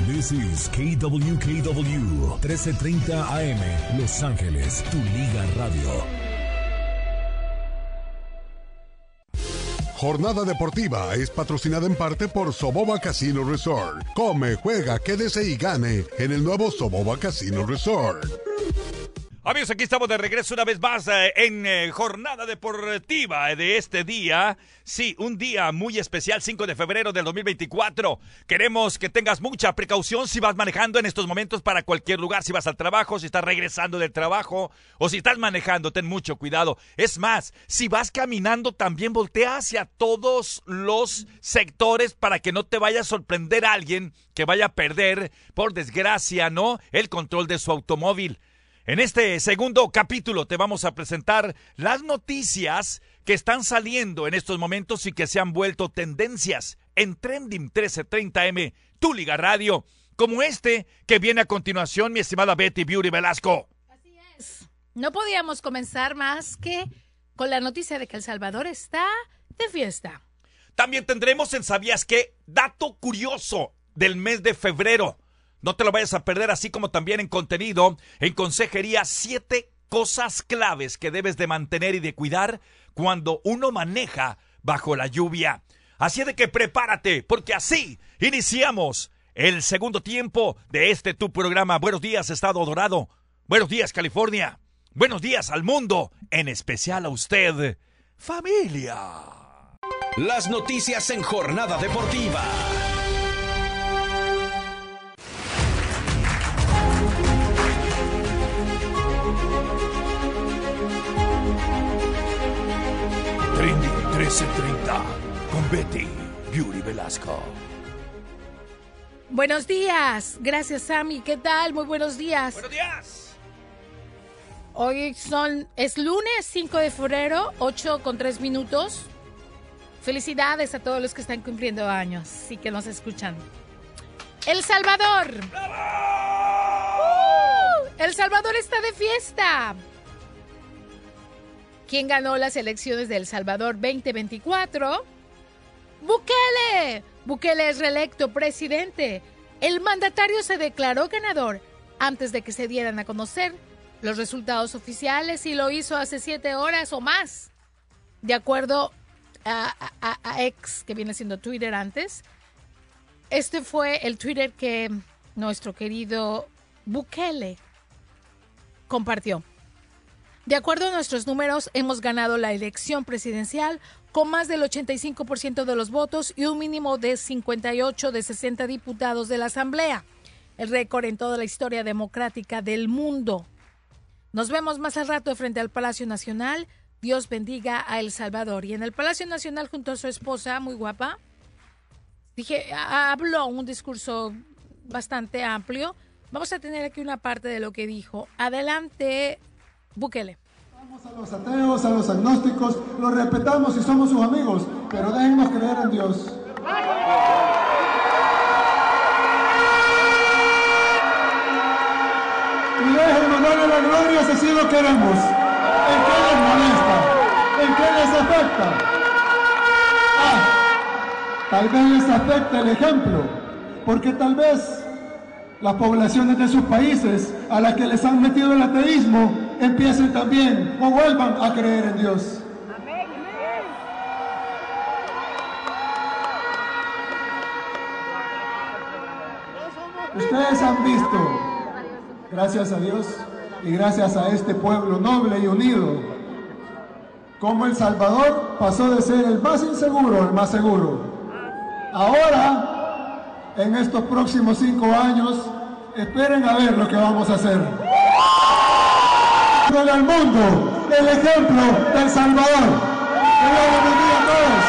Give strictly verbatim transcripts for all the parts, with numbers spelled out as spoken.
This is K W K W trece treinta A M, Los Ángeles, tu liga radio. Jornada Deportiva es patrocinada en parte por Soboba Casino Resort. Come, juega, quédese y gane en el nuevo Soboba Casino Resort. Amigos, aquí estamos de regreso una vez más eh, en eh, Jornada Deportiva de este día. Sí, un día muy especial, cinco de febrero del dos mil veinticuatro. Queremos que tengas mucha precaución si vas manejando en estos momentos para cualquier lugar. Si vas al trabajo, si estás regresando del trabajo o si estás manejando, ten mucho cuidado. Es más, si vas caminando, también voltea hacia todos los sectores para que no te vaya a sorprender a alguien que vaya a perder, por desgracia, ¿no?, el control de su automóvil. En este segundo capítulo te vamos a presentar las noticias que están saliendo en estos momentos y que se han vuelto tendencias en Trending trece treinta A M, tu liga radio, como este que viene a continuación, mi estimada Betty Beauty Velasco. Así es. No podíamos comenzar más que con la noticia de que El Salvador está de fiesta. También tendremos en ¿Sabías qué? Dato curioso del mes de febrero. No te lo vayas a perder, así como también en contenido, en consejería, siete cosas claves que debes de mantener y de cuidar cuando uno maneja bajo la lluvia. Así de que prepárate, porque así iniciamos el segundo tiempo de este tu programa. Buenos días, Estado Dorado. Buenos días, California. Buenos días al mundo, en especial a usted, familia. Las noticias en Jornada Deportiva. Trending trece treinta con Betty Beauty Velasco. Buenos días. Gracias, Sammy. ¿Qué tal? Muy buenos días. Buenos días. Hoy son, es lunes cinco de febrero, ocho con tres minutos. Felicidades a todos los que están cumpliendo años y que nos escuchan. El Salvador. ¡Bravo! ¡Uh! El Salvador está de fiesta. ¿Quién ganó las elecciones de El Salvador veinte veinticuatro? ¡Bukele! Bukele es reelecto presidente. El mandatario se declaró ganador antes de que se dieran a conocer los resultados oficiales y lo hizo hace siete horas o más. De acuerdo a, a, a X, que viene siendo Twitter antes, este fue el Twitter que nuestro querido Bukele compartió. De acuerdo a nuestros números, hemos ganado la elección presidencial con más del ochenta y cinco por ciento de los votos y un mínimo de cincuenta y ocho de sesenta diputados de la Asamblea, el récord en toda la historia democrática del mundo. Nos vemos más al rato frente al Palacio Nacional. Dios bendiga a El Salvador. Y en el Palacio Nacional, junto a su esposa, muy guapa, dije, habló un discurso bastante amplio. Vamos a tener aquí una parte de lo que dijo. Adelante, Bukele. Vamos a los ateos, a los agnósticos, los respetamos y somos sus amigos, pero déjennos creer en Dios. Y déjennos darle la gloria si así lo queremos. ¿En qué les molesta? ¿En qué les afecta? Ah, tal vez les afecta el ejemplo, porque tal vez las poblaciones de sus países a las que les han metido el ateísmo empiecen también o vuelvan a creer en Dios. Amén. Ustedes han visto, gracias a Dios y gracias a este pueblo noble y unido, cómo El Salvador pasó de ser el más inseguro al más seguro. Ahora, en estos próximos cinco años, esperen a ver lo que vamos a hacer. Al mundo, el ejemplo de El Salvador. Que Dios los bendiga a todos.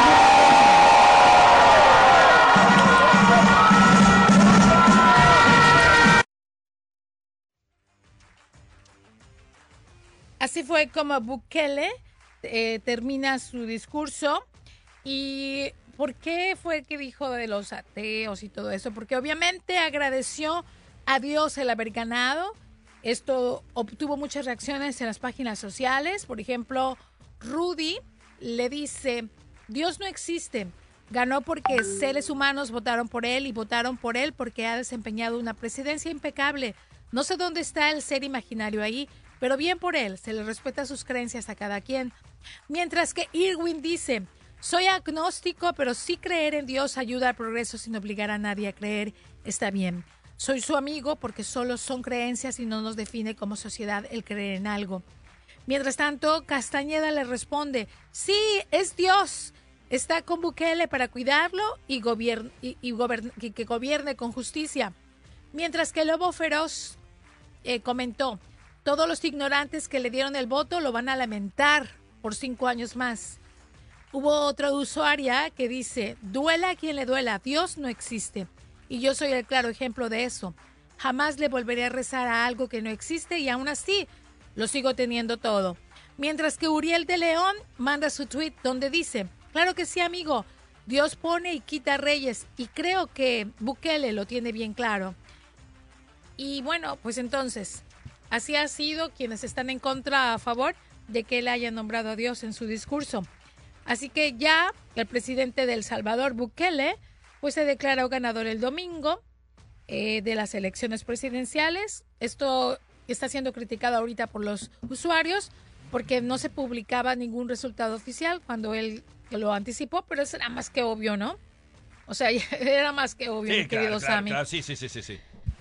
Así fue como Bukele eh, termina su discurso. ¿Y por qué fue que dijo de los ateos y todo eso? Porque obviamente agradeció a Dios el haber ganado. Esto obtuvo muchas reacciones en las páginas sociales. Por ejemplo, Rudy le dice, Dios no existe, Ganó porque seres humanos votaron por él y votaron por él porque ha desempeñado una presidencia impecable. No sé dónde está el ser imaginario ahí, pero bien por él, se le respeta sus creencias a cada quien. Mientras que Irwin dice, soy agnóstico, pero sí creer en Dios ayuda al progreso sin obligar a nadie a creer, está bien. Soy su amigo porque solo son creencias y no nos define como sociedad el creer en algo. Mientras tanto, Castañeda le responde, sí, es Dios. Está con Bukele para cuidarlo y, gobierne, y, y, gobern, y que gobierne con justicia. Mientras que Lobo Feroz eh, comentó, todos los ignorantes que le dieron el voto lo van a lamentar por cinco años más. Hubo otra usuaria que dice, duela a quien le duela, Dios no existe. Y yo soy el claro ejemplo de eso. Jamás le volveré a rezar a algo que no existe y aún así lo sigo teniendo todo. Mientras que Uriel de León manda su tweet donde dice, claro que sí, amigo, Dios pone y quita reyes y creo que Bukele lo tiene bien claro. Y bueno, pues entonces, así ha sido quienes están en contra a favor de que él haya nombrado a Dios en su discurso. Así que ya el presidente de El Salvador, Bukele, pues se declaró ganador el domingo eh, de las elecciones presidenciales. Esto está siendo criticado ahorita por los usuarios porque no se publicaba ningún resultado oficial cuando él lo anticipó, pero eso era más que obvio, ¿no? O sea, era más que obvio, sí, mi querido claro, claro, Sammy. claro. Sí, sí, sí, sí, sí.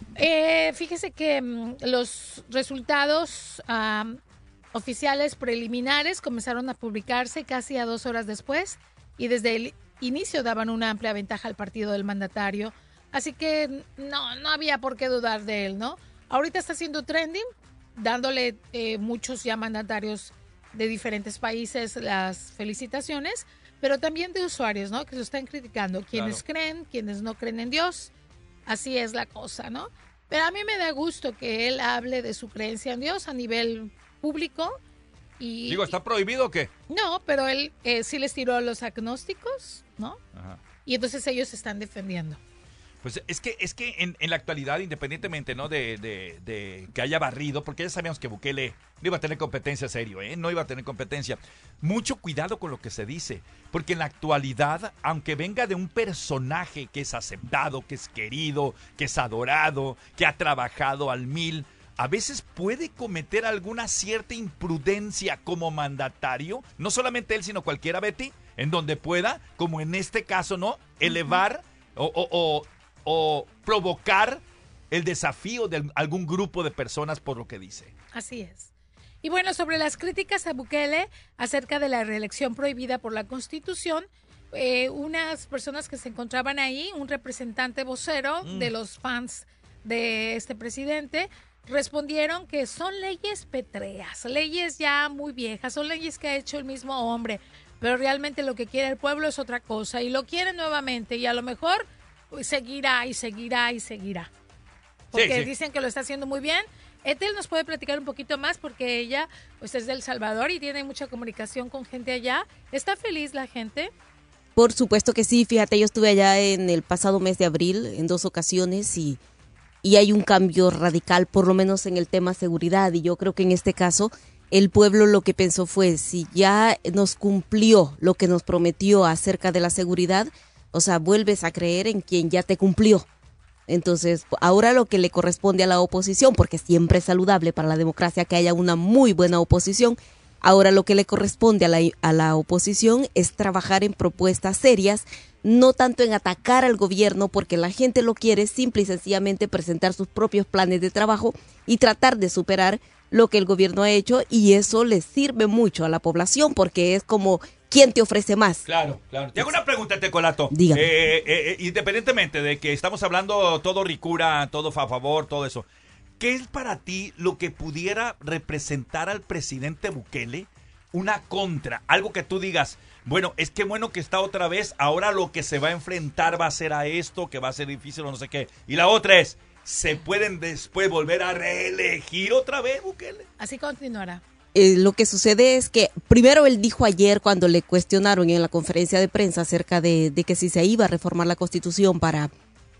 Eh, fíjese que um, los resultados um, oficiales preliminares comenzaron a publicarse casi a dos horas después y desde el inicio daban una amplia ventaja al partido del mandatario, así que no, no había por qué dudar de él, ¿no? Ahorita está haciendo trending, dándole eh, muchos ya mandatarios de diferentes países las felicitaciones, pero también de usuarios, ¿no? Que lo están criticando, quienes claro. creen, quienes no creen en Dios, así es la cosa, ¿no? Pero a mí me da gusto que él hable de su creencia en Dios a nivel público. Y, Digo, ¿está prohibido o qué? No, pero él eh, sí les tiró a los agnósticos, ¿no? Ajá. Y entonces ellos se están defendiendo. Pues es que es que en, en la actualidad, independientemente, ¿no? De, de, de que haya barrido, porque ya sabíamos que Bukele no iba a tener competencia serio, ¿eh? No iba a tener competencia. Mucho cuidado con lo que se dice, porque en la actualidad, aunque venga de un personaje que es aceptado, que es querido, que es adorado, que ha trabajado al mil, a veces puede cometer alguna cierta imprudencia como mandatario, no solamente él, sino cualquiera, Betty, en donde pueda, como en este caso, ¿no? Elevar uh-huh. o, o, o, o provocar el desafío de algún grupo de personas por lo que dice. Así es. Y bueno, sobre las críticas a Bukele acerca de la reelección prohibida por la Constitución, eh, unas personas que se encontraban ahí, un representante vocero mm. de los fans de este presidente, respondieron que son leyes pétreas, leyes ya muy viejas, son leyes que ha hecho el mismo hombre, pero realmente lo que quiere el pueblo es otra cosa y lo quiere nuevamente y a lo mejor pues, seguirá y seguirá y seguirá. Porque sí, sí. dicen que lo está haciendo muy bien. Ethel nos puede platicar un poquito más porque ella pues es de El Salvador y tiene mucha comunicación con gente allá. ¿Está feliz la gente? Por supuesto que sí, fíjate, yo estuve allá en el pasado mes de abril en dos ocasiones y, y hay un cambio radical, por lo menos en el tema seguridad, y yo creo que en este caso el pueblo lo que pensó fue, si ya nos cumplió lo que nos prometió acerca de la seguridad, o sea, vuelves a creer en quien ya te cumplió. Entonces, ahora lo que le corresponde a la oposición, porque siempre es saludable para la democracia que haya una muy buena oposición, ahora lo que le corresponde a la, a la oposición es trabajar en propuestas serias, no tanto en atacar al gobierno, porque la gente lo quiere, simple y sencillamente presentar sus propios planes de trabajo y tratar de superar lo que el gobierno ha hecho, y eso le sirve mucho a la población, porque es como... ¿Quién te ofrece más? Claro, claro. Te hago una pregunta, Tecolato. Dígame. Eh, eh, eh, independientemente de que estamos hablando todo ricura, todo a favor, todo eso, ¿qué es para ti lo que pudiera representar al presidente Bukele una contra? Algo que tú digas, bueno, es que bueno que está otra vez, ahora lo que se va a enfrentar va a ser a esto, que va a ser difícil o no sé qué. Y la otra es, ¿se pueden después volver a reelegir otra vez, Bukele? Así continuará. Eh, lo que sucede es que primero él dijo ayer cuando le cuestionaron en la conferencia de prensa acerca de, de que si se iba a reformar la Constitución para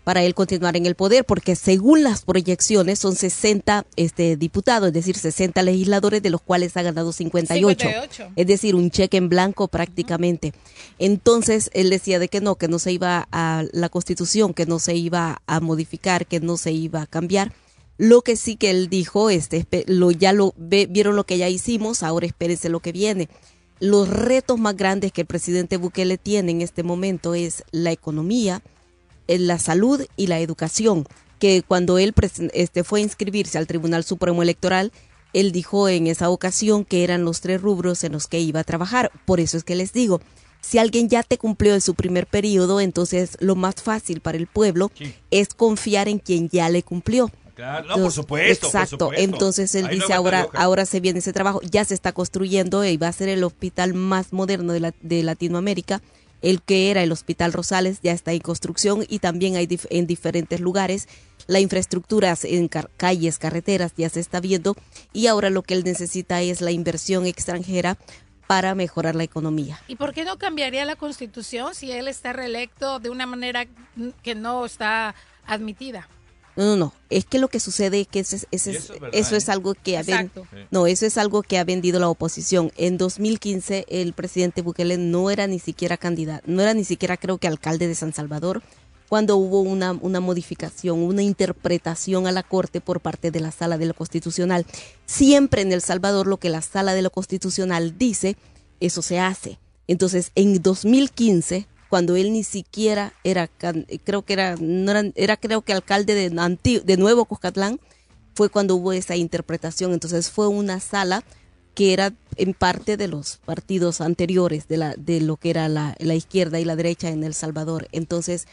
para él continuar en el poder, porque según las proyecciones son sesenta este, diputados, es decir, sesenta legisladores, de los cuales ha ganado cincuenta y ocho. cincuenta y ocho. Es decir, un cheque en blanco prácticamente. Entonces, él decía de que no, que no se iba a la Constitución, que no se iba a modificar, que no se iba a cambiar. Lo que sí que él dijo, este, lo, ya lo ve, vieron lo que ya hicimos, ahora espérense lo que viene. Los retos más grandes que el presidente Bukele tiene en este momento es la economía, la salud y la educación, que cuando él este, fue a inscribirse al Tribunal Supremo Electoral, él dijo en esa ocasión que eran los tres rubros en los que iba a trabajar. Por eso es que les digo, si alguien ya te cumplió en su primer periodo, entonces lo más fácil para el pueblo sí. es confiar en quien ya le cumplió. Claro, no, por supuesto. Exacto, por supuesto. Entonces él Ahí dice no ahora ahora se viene ese trabajo, ya se está construyendo y va a ser el hospital más moderno de, la, de Latinoamérica. El que era el Hospital Rosales ya está en construcción y también hay dif- en diferentes lugares. La infraestructura en car- calles, carreteras ya se está viendo y ahora lo que él necesita es la inversión extranjera para mejorar la economía. ¿Y por qué no cambiaría la Constitución si él está reelecto de una manera que no está admitida? No, no, no, es que lo que sucede es que ese, ese, eso, es, verdad, eso ¿eh? es algo que ha ven, no, eso es algo que ha vendido la oposición. En dos mil quince el presidente Bukele no era ni siquiera candidato, no era ni siquiera creo que alcalde de San Salvador, cuando hubo una, una modificación, una interpretación a la Corte por parte de la Sala de lo Constitucional. Siempre en El Salvador lo que la Sala de lo Constitucional dice, eso se hace. Entonces, en dos mil quince cuando él ni siquiera era, creo que era, no era, era creo que alcalde de, Anti, de Nuevo Cuscatlán, fue cuando hubo esa interpretación. Entonces fue una sala que era en parte de los partidos anteriores, de, la, de lo que era la, la izquierda y la derecha en El Salvador. Entonces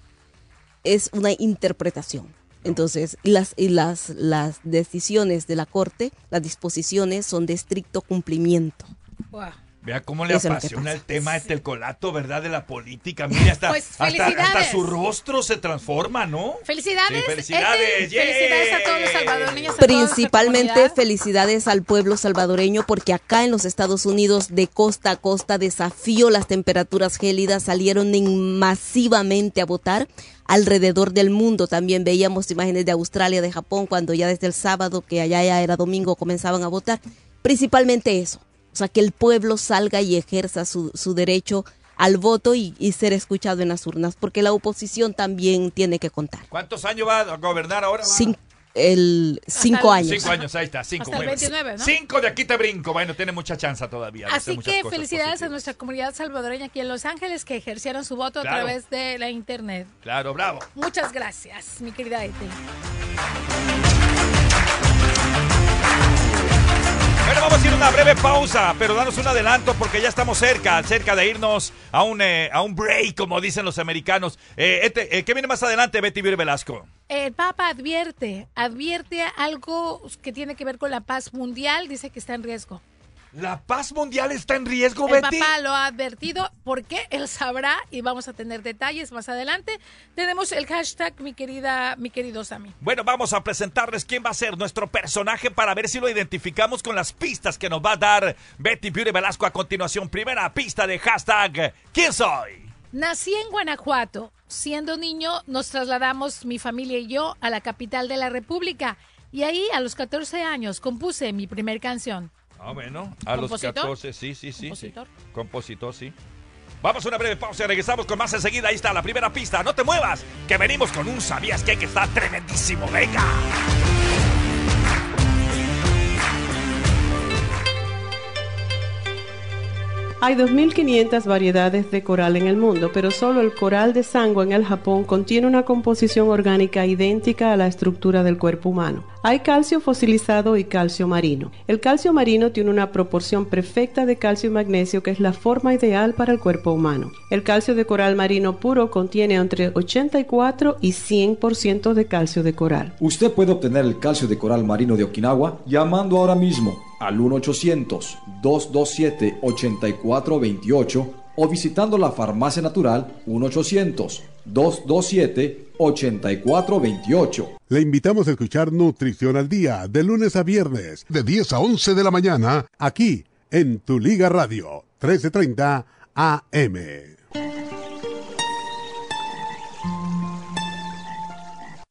es una interpretación. Entonces y las, y las, las decisiones de la Corte, las disposiciones son de estricto cumplimiento. Wow. Vea cómo le Eso apasiona el tema de Telcolato, ¿verdad? De la política. Mira, hasta, pues hasta, hasta su rostro se transforma, ¿no? Felicidades. Sí, felicidades. Este, yeah. Felicidades a todos los salvadoreños. Principalmente felicidades al pueblo salvadoreño, porque acá en los Estados Unidos, de costa a costa, desafió las temperaturas gélidas, salieron en masivamente a votar. Alrededor del mundo también veíamos imágenes de Australia, de Japón, cuando ya desde el sábado, que allá ya era domingo, comenzaban a votar. Principalmente eso. O sea, que el pueblo salga y ejerza su, su derecho al voto y, y ser escuchado en las urnas, porque la oposición también tiene que contar. ¿Cuántos años va a gobernar ahora? Cin- el, cinco el, años. Cinco años, ahí está. Cinco, Hasta el veintinueve, ¿no? Cinco de aquí te brinco. Bueno, tiene mucha chance todavía. Así que felicidades positivas. a nuestra comunidad salvadoreña aquí en Los Ángeles que ejercieron su voto claro. a través de la internet. Claro, bravo. Muchas gracias, mi querida Eti. Bueno, vamos a ir a una breve pausa, pero danos un adelanto porque ya estamos cerca, cerca de irnos a un, eh, a un break, como dicen los americanos. Eh, este, eh, ¿Qué viene más adelante, Betty Vir Velasco? El Papa advierte, advierte algo que tiene que ver con la paz mundial, dice que está en riesgo. ¿La paz mundial está en riesgo, el Betty? El Papa lo ha advertido porque él sabrá y vamos a tener detalles más adelante. Tenemos el hashtag, mi querida, mi querido Sammy. Bueno, vamos a presentarles quién va a ser nuestro personaje para ver si lo identificamos con las pistas que nos va a dar Betty Beauty Velasco a continuación. Primera pista de hashtag, ¿quién soy? Nací en Guanajuato. Siendo niño nos trasladamos mi familia y yo a la capital de la República y ahí a los catorce años compuse mi primer canción. Ah, bueno, a los catorce, sí, sí, sí. ¿Compositor? Sí. Compositor, sí. Vamos a una breve pausa y regresamos con más enseguida. Ahí está la primera pista. No te muevas, que venimos con un ¿sabías qué? Que está tremendísimo. Venga. Hay dos mil quinientas variedades de coral en el mundo, pero solo el coral de Sangwa en el Japón contiene una composición orgánica idéntica a la estructura del cuerpo humano. Hay calcio fosilizado y calcio marino. El calcio marino tiene una proporción perfecta de calcio y magnesio que es la forma ideal para el cuerpo humano. El calcio de coral marino puro contiene entre ochenta y cuatro y cien por ciento de calcio de coral. Usted puede obtener el calcio de coral marino de Okinawa llamando ahora mismo al uno ochocientos, dos dos siete, ocho cuatro dos ocho o visitando la Farmacia Natural uno ochocientos, dos dos siete, ocho cuatro dos ocho. Le invitamos a escuchar Nutrición al Día de lunes a viernes de diez a once de la mañana aquí en Tu Liga Radio trece treinta A M.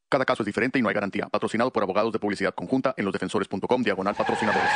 Cada caso es diferente y no hay garantía. Patrocinado por Abogados de Publicidad Conjunta en losdefensores.com, diagonal patrocinadores.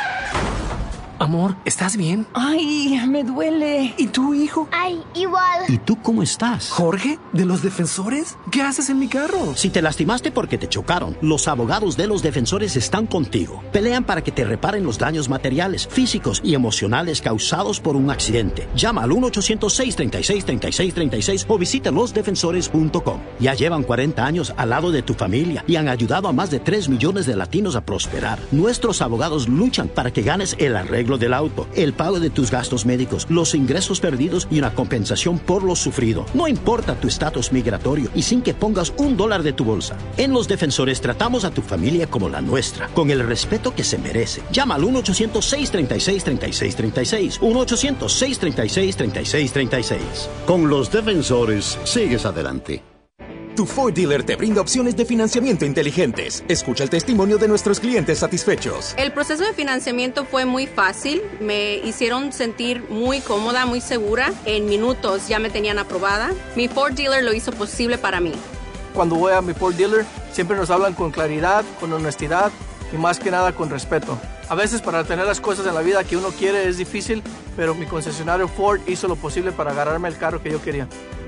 Amor, ¿estás bien? Ay, me duele. ¿Y tú, hijo? Ay, igual. ¿Y tú cómo estás? ¿Jorge? ¿De los defensores? ¿Qué haces en mi carro? Si te lastimaste porque te chocaron, los abogados de los defensores están contigo. Pelean para que te reparen los daños materiales, físicos y emocionales causados por un accidente. Llama al uno ochocientos, seis treinta y seis, treinta y seis treinta y seis o visita los defensores punto com. Ya llevan cuarenta años al lado de tu familia y han ayudado a más de tres millones de latinos a prosperar. Nuestros abogados luchan para que ganes el arreglo del auto, el pago de tus gastos médicos, los ingresos perdidos y una compensación por lo sufrido. No importa tu estatus migratorio y sin que pongas un dólar de tu bolsa. En Los Defensores tratamos a tu familia como la nuestra, con el respeto que se merece. Llama al uno ochocientos, seis treinta y seis, treinta y seis treinta y seis, uno ochocientos, seis treinta y seis, treinta y seis treinta y seis. Con Los Defensores sigues adelante. Tu Ford dealer te brinda opciones de financiamiento inteligentes. Escucha el testimonio de nuestros clientes satisfechos. El proceso de financiamiento fue muy fácil. Me hicieron sentir muy cómoda, muy segura. En minutos ya me tenían aprobada. Mi Ford dealer lo hizo posible para mí. Cuando voy a mi Ford dealer, siempre nos hablan con claridad, con honestidad y más que nada con respeto. A veces para tener las cosas en la vida que uno quiere es difícil, pero mi concesionario Ford hizo lo posible para agarrarme el carro que yo quería.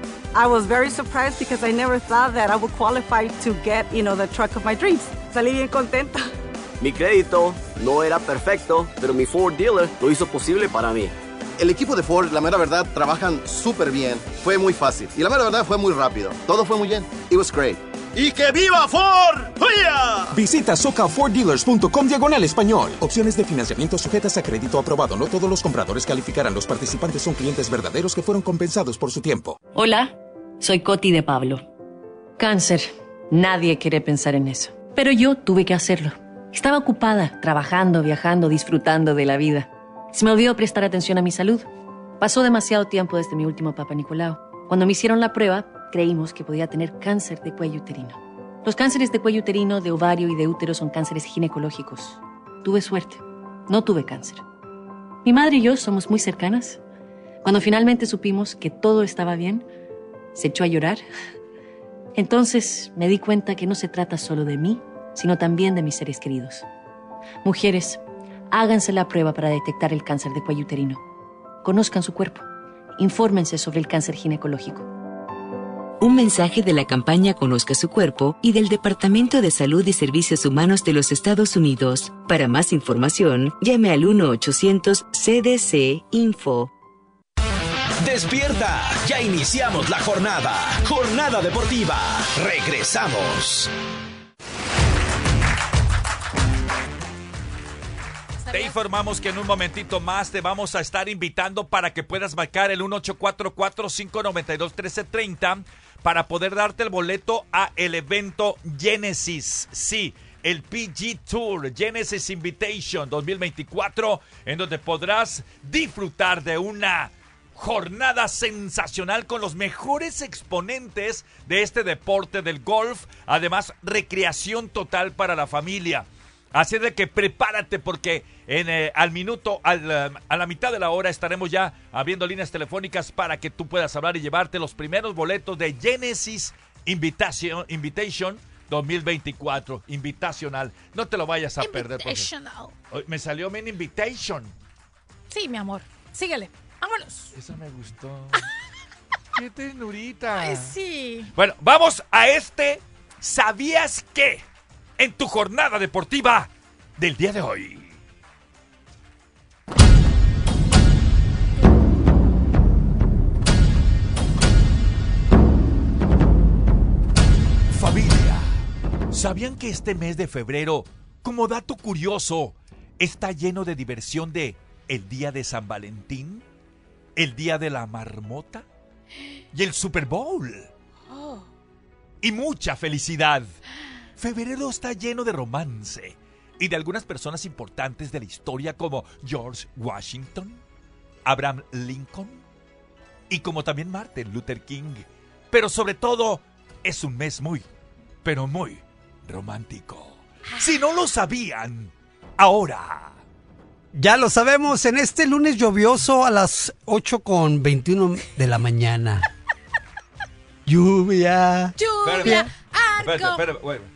I was very surprised because I never thought that I would qualify to get, you know, the truck of my dreams. Salí bien contenta. Mi crédito no era perfecto, pero mi Ford dealer lo hizo posible para mí. El equipo de Ford, la mera verdad, trabajan súper bien. Fue muy fácil. Y la mera verdad fue muy rápido. Todo fue muy bien. It was great. ¡Y que viva Ford! ¡Huya! Visita soca ford dealers punto com diagonal español. Opciones de financiamiento sujetas a crédito aprobado. No todos los compradores calificarán. Los participantes son clientes verdaderos que fueron compensados por su tiempo. Hola, soy Coti de Pablo. Cáncer. Nadie quiere pensar en eso. Pero yo tuve que hacerlo. Estaba ocupada, trabajando, viajando, disfrutando de la vida. Se me olvidó prestar atención a mi salud. Pasó demasiado tiempo desde mi último Papa Nicolau. Cuando me hicieron la prueba, creímos que podía tener cáncer de cuello uterino. Los cánceres de cuello uterino, de ovario y de útero son cánceres ginecológicos. Tuve suerte. No tuve cáncer. Mi madre y yo somos muy cercanas. Cuando finalmente supimos que todo estaba bien, se echó a llorar. Entonces me di cuenta que no se trata solo de mí, sino también de mis seres queridos. Mujeres, háganse la prueba para detectar el cáncer de cuello uterino. Conozcan su cuerpo. Infórmense sobre el cáncer ginecológico. Un mensaje de la campaña Conozca su cuerpo y del Departamento de Salud y Servicios Humanos de los Estados Unidos. Para más información, llame al uno ochocientos C D C Info. ¡Despierta! Ya iniciamos la jornada. Jornada deportiva. Regresamos. Te informamos que en un momentito más te vamos a estar invitando para que puedas marcar el uno ocho cuatro cuatro, cinco nueve dos, uno tres tres cero para poder darte el boleto a el evento Genesis. Sí, el P G Tour Genesis Invitation dos mil veinticuatro, en donde podrás disfrutar de una jornada sensacional con los mejores exponentes de este deporte del golf. Además, recreación total para la familia. Así de que prepárate porque en, eh, al minuto, al, uh, a la mitad de la hora estaremos ya abriendo líneas telefónicas para que tú puedas hablar y llevarte los primeros boletos de Genesis Invitation, Invitation dos mil veinticuatro. Invitacional. No te lo vayas a perder. Invitational. Me salió bien Invitation. Sí, mi amor. Síguele. Vámonos. Esa me gustó. ¡Qué ternurita! Ay, sí. Bueno, vamos a este ¿Sabías qué? En tu jornada deportiva del día de hoy. Familia, ¿sabían que este mes de febrero, como dato curioso, está lleno de diversión de el día de San Valentín, el día de la marmota y el Super Bowl? Oh. Y mucha felicidad. Febrero está lleno de romance y de algunas personas importantes de la historia como George Washington, Abraham Lincoln y como también Martin Luther King. Pero sobre todo es un mes muy, pero muy romántico. Si no lo sabían, ahora... Ya lo sabemos, en este lunes lluvioso a las ocho con veintiuno de la mañana. Lluvia. Lluvia. Espérate, espérate, espérate.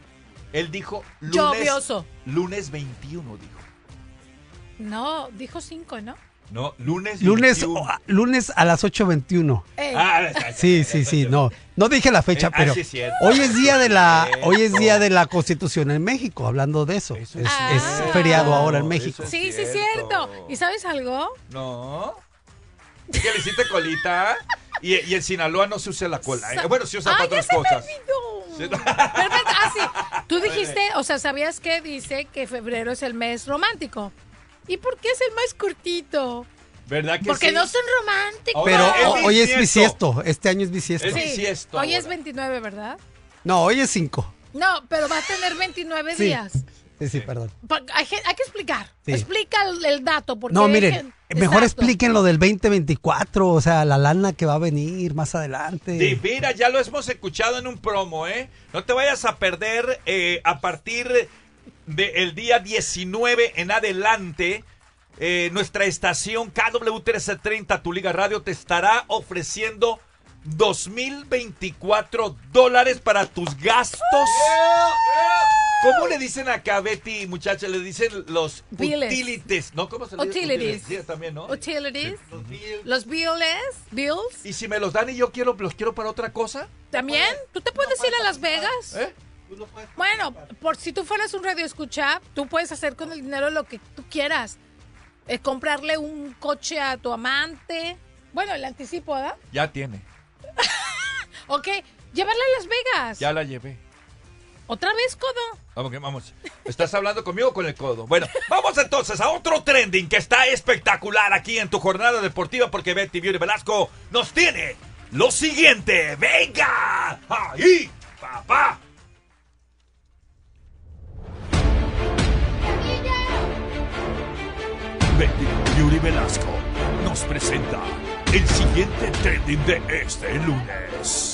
Él dijo lunes, Lluvioso. lunes veintiuno, dijo. No, dijo cinco, ¿no? No, lunes Lunes, veintiuno. o- lunes a las ocho veintiuno. Ey. Ah, Sí, sí, sí, no. No dije la fecha, Eh, ah, pero sí, es cierto. hoy es día de la Cierto. hoy es día de la Constitución en México, hablando de eso. Es, Ah. es feriado ahora en México. Eso Sí, es sí, cierto. ¿Y sabes algo? No. ¿Es que le hiciste colita? Y, y en Sinaloa no se usa la cola. ¿eh? Sa- Bueno, se usa ¡Ay, para ya otras se me cosas. olvidó! Sí. Perfecto. Ah, sí. Tú dijiste, o sea, ¿sabías qué dice que febrero es el mes romántico? ¿Y por qué es el más cortito? ¿Verdad que Porque sí? no son románticos. Pero Ahora, es ho- hoy es bisiesto. bisiesto, este año es bisiesto. Es Sí, bisiesto hoy es ahora. veintinueve, ¿verdad? No, hoy es cinco. No, pero va a tener veintinueve Sí. días. Sí, sí, perdón. Pa- Hay, gen- hay que explicar. Sí. Explica el, el dato. Porque No, hay miren, gen- mejor Exacto. expliquen lo del veinte veinticuatro, o sea, la lana que va a venir más adelante. De veras, ya lo hemos escuchado en un promo, ¿eh? No te vayas a perder eh, a partir del día diecinueve en adelante. Eh, nuestra estación K W trece treinta, Tu Liga Radio, te estará ofreciendo dos mil veinticuatro dólares para tus gastos. ¿Cómo le dicen acá, Betty, muchacha? Le dicen los Biles. utilities, ¿no? ¿Cómo se le dice? Utilities. Sí, también, ¿no? Utilities. Los bills. Los bills. Bills. ¿Y si me los dan y yo quiero, los quiero para otra cosa? ¿También? ¿Tú te puedes ir a Las Vegas? ¿Eh? Bueno, por si tú fueras un radio escucha, tú puedes hacer con el dinero lo que tú quieras. Eh, comprarle un coche a tu amante. Bueno, el anticipo, ¿verdad? Ya tiene. Ok, llevarla a Las Vegas. Ya la llevé. ¿Otra vez, codo? Vamos, que vamos. ¿Estás hablando conmigo o con el codo? Bueno, vamos entonces a otro trending que está espectacular aquí en tu jornada deportiva porque Betty Beauty Velasco nos tiene lo siguiente. ¡Venga! ¡Ahí, papá! Betty Beauty Velasco nos presenta el siguiente trending de este lunes.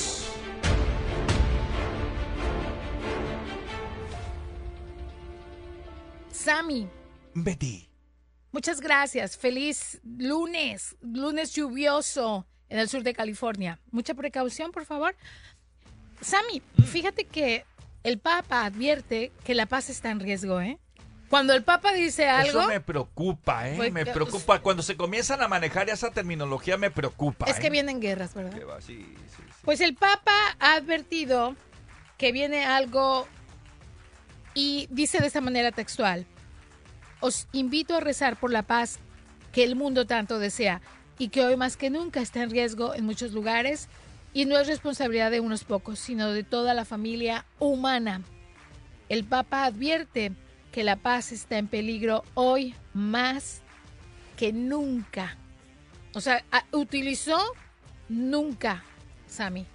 Sammy, Betty. muchas gracias. Feliz lunes. Lunes lluvioso en el sur de California. Mucha precaución, por favor. Sammy, fíjate que el Papa advierte que la paz está en riesgo, ¿eh? Cuando el Papa dice algo... Eso me preocupa, ¿eh? Pues, me que- preocupa. Cuando se comienzan a manejar esa terminología me preocupa. Es ¿eh? que vienen guerras, ¿verdad? Que va, sí, sí, sí. Pues el Papa ha advertido que viene algo y dice de esta manera textual: os invito a rezar por la paz que el mundo tanto desea y que hoy más que nunca está en riesgo en muchos lugares y no es responsabilidad de unos pocos, sino de toda la familia humana. El Papa advierte que la paz está en peligro hoy más que nunca. O sea, a- utilizó nunca, Sammy.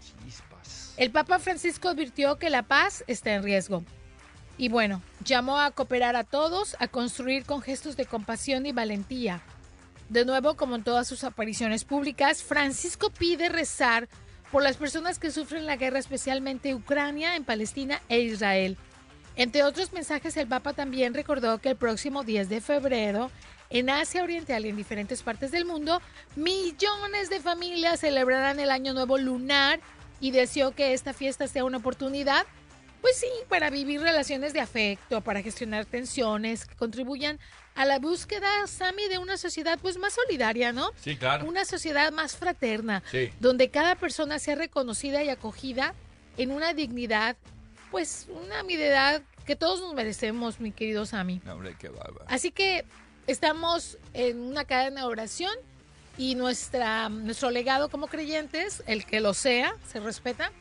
El Papa Francisco advirtió que la paz está en riesgo. Y bueno, llamó a cooperar a todos, a construir con gestos de compasión y valentía. De nuevo, como en todas sus apariciones públicas, Francisco pide rezar por las personas que sufren la guerra, especialmente Ucrania, en Palestina e Israel. Entre otros mensajes, el Papa también recordó que el próximo diez de febrero, en Asia Oriental y en diferentes partes del mundo, millones de familias celebrarán el Año Nuevo Lunar y deseó que esta fiesta sea una oportunidad, pues sí, para vivir relaciones de afecto, para gestionar tensiones que contribuyan a la búsqueda, Sammy, de una sociedad pues más solidaria, ¿no? Sí, claro. Una sociedad más fraterna, Sí. donde cada persona sea reconocida y acogida en una dignidad, pues una dignidad que todos nos merecemos, mi querido Sammy. No, hombre, qué bárbaro. Así que estamos en una cadena de oración y nuestra, nuestro legado como creyentes, el que lo sea, se respeta,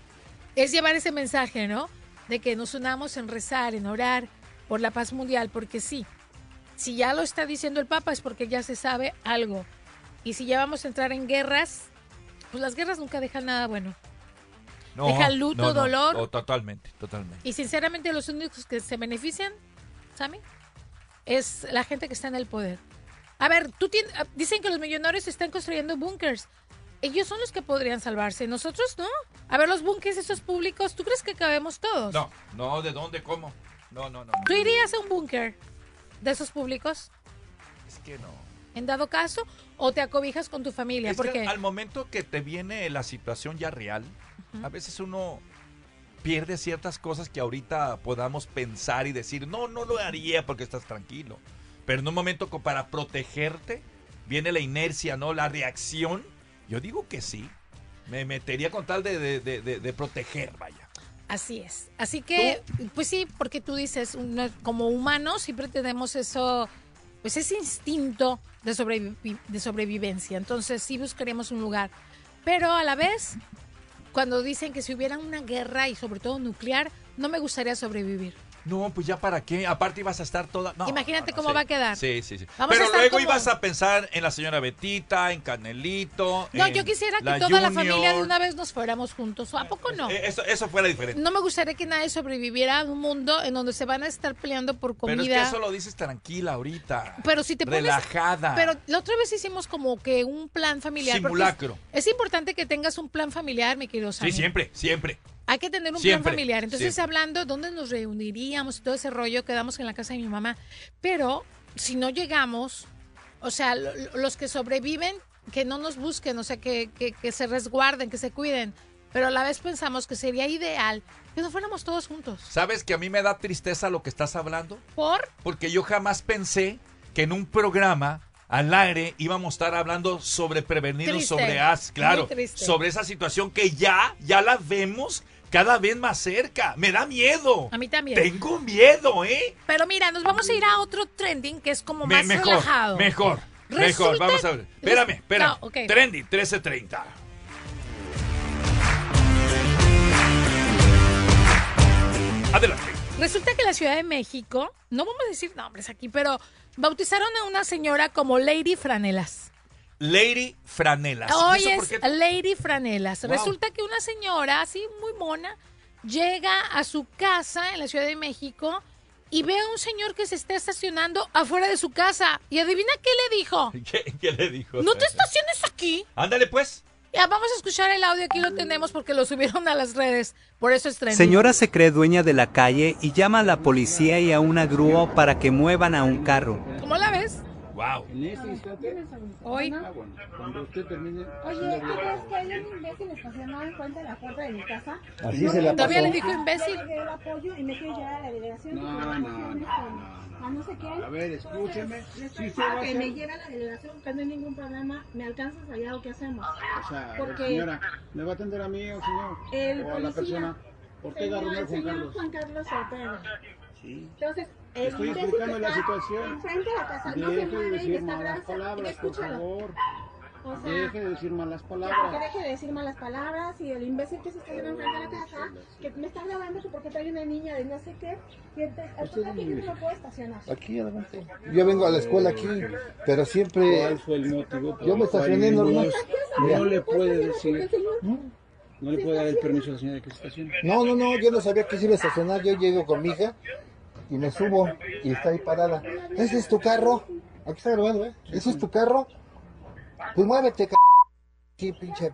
es llevar ese mensaje, ¿no? De que nos unamos en rezar, en orar por la paz mundial, porque sí, si ya lo está diciendo el Papa es porque ya se sabe algo. Y si ya vamos a entrar en guerras, pues las guerras nunca dejan nada bueno. No, Deja luto, no, no. dolor. Oh, totalmente, totalmente. Y sinceramente los únicos que se benefician, Sammy, es la gente que está en el poder. A ver, tú tienes, dicen que los millonarios están construyendo búnkers. Ellos son los que podrían salvarse, nosotros no. A ver, los búnkers esos públicos, ¿tú crees que cabemos todos? No, no, ¿de dónde? ¿Cómo? No, no, no. ¿Tú irías a un búnker de esos públicos, Es que no. en dado caso, o te acobijas con tu familia? Es Porque que al momento que te viene la situación ya real, a veces uno pierdes ciertas cosas que ahorita podamos pensar y decir, no, no lo haría porque estás tranquilo. Pero en un momento para protegerte, viene la inercia, ¿no? La reacción. Yo digo que sí. Me metería con tal de, de, de, de, de proteger, vaya. Así es. Así que, ¿tú? Pues sí, porque tú dices, como humanos siempre tenemos eso, pues ese instinto de, sobrevi- de sobrevivencia. Entonces sí buscaríamos un lugar. Pero a la vez, cuando dicen que si hubiera una guerra y sobre todo nuclear, no me gustaría sobrevivir. No, pues ya para qué. Aparte ibas a estar toda... No, Imagínate no, no, cómo sí. va a quedar. Sí, sí, sí. Vamos Pero a estar luego como... ibas a pensar en la señora Betita, en Canelito. No, en yo quisiera que la toda la Junior. familia de una vez nos fuéramos juntos. ¿A poco no? Eso, eso fuera diferente. No me gustaría que nadie sobreviviera a un mundo en donde se van a estar peleando por comida. Pero es que eso lo dices tranquila ahorita. Pero si te pones... Relajada. Pero la otra vez hicimos como que un plan familiar. Simulacro. Es, es importante que tengas un plan familiar, mi querido Sammy. Sí, siempre, siempre. Hay que tener un Siempre, plan familiar. Entonces, siempre. hablando dónde nos reuniríamos y todo ese rollo, quedamos en la casa de mi mamá. Pero si no llegamos, o sea, lo- lo- los que sobreviven, que no nos busquen, o sea, que, que, que se resguarden, que se cuiden. Pero a la vez pensamos que sería ideal que nos fuéramos todos juntos. ¿Sabes que a mí me da tristeza lo que estás hablando? ¿Por? Porque yo jamás pensé que en un programa al aire íbamos a estar hablando sobre prevenidos, Triste, sobre as, claro, muy triste. sobre esa situación que ya, ya la vemos cada vez más cerca. Me da miedo. A mí también. Tengo miedo, ¿eh? Pero mira, nos vamos a ir a otro trending que es como Me- más mejor, relajado. mejor, mejor. Resulta- Vamos a ver. Espérame, espérame. No, ok. Trendy, trece treinta. Adelante. Resulta que la Ciudad de México, no vamos a decir nombres aquí, pero bautizaron a una señora como Lady Franelas. Lady Franelas. ¿Y Hoy eso por es qué? Lady Franelas. Wow. Resulta que una señora así muy mona llega a su casa en la Ciudad de México y ve a un señor que se está estacionando afuera de su casa. Y adivina qué le dijo. ¿Qué, qué le dijo? ¿No te estaciones aquí? Ándale, pues. Ya, vamos a escuchar el audio, aquí lo tenemos porque lo subieron a las redes. Por eso es trending. Señora se cree dueña de la calle y llama a la policía y a una grúa para que muevan a un carro. ¿Cómo la ves? Wow. En este instante, Hoy. ah, bueno, cuando usted termine. Oye, ¿tú crees que hay un imbécil estacionado enfrente de la puerta de mi casa? Así se la Todavía pasó. le dijo imbécil. Ya le di el apoyo y me quiere llevar a la delegación. No, porque no, me no, emocioné no, con- A no sé quién. A ver, escúcheme. Le estoy Si se va a diciendo que hacer- me lleve a la delegación, que no hay ningún problema. ¿Me alcanzas allá o qué hacemos? O sea, a ver, Porque señora, ¿me va a atender a mí o señor? el o a la policía, persona. ¿Por qué señor, agarró el a Juan señor Carlos? Juan Carlos Ortega. Sí. Entonces, el Estoy imbécil explicando que la está situación. enfrente de la casa no se Deje de mueve y me decir está malas abrazando. palabras, por Escúchalo. favor. O sea, Deje de decir malas que porque palabras. deje de decir malas palabras y el imbécil que se está viendo enfrente de la casa, que me está grabando que porque trae una niña de no sé qué, y entonces Usted aquí vive. no puede estacionar. Aquí adelante. Yo vengo a la escuela aquí, pero siempre. ¿Cuál fue el motivo? Yo me estacioné normal. No le puede decir. No le puede dar el permiso a la señora de que se estacione. No, no, no, yo no sabía que se iba a estacionar. Yo llego con mi hija y me subo y está ahí parada. ¿Ese es tu carro? Aquí está grabando, ¿eh? ¿Ese es tu carro? Pues muévete, c. Sí, pinche.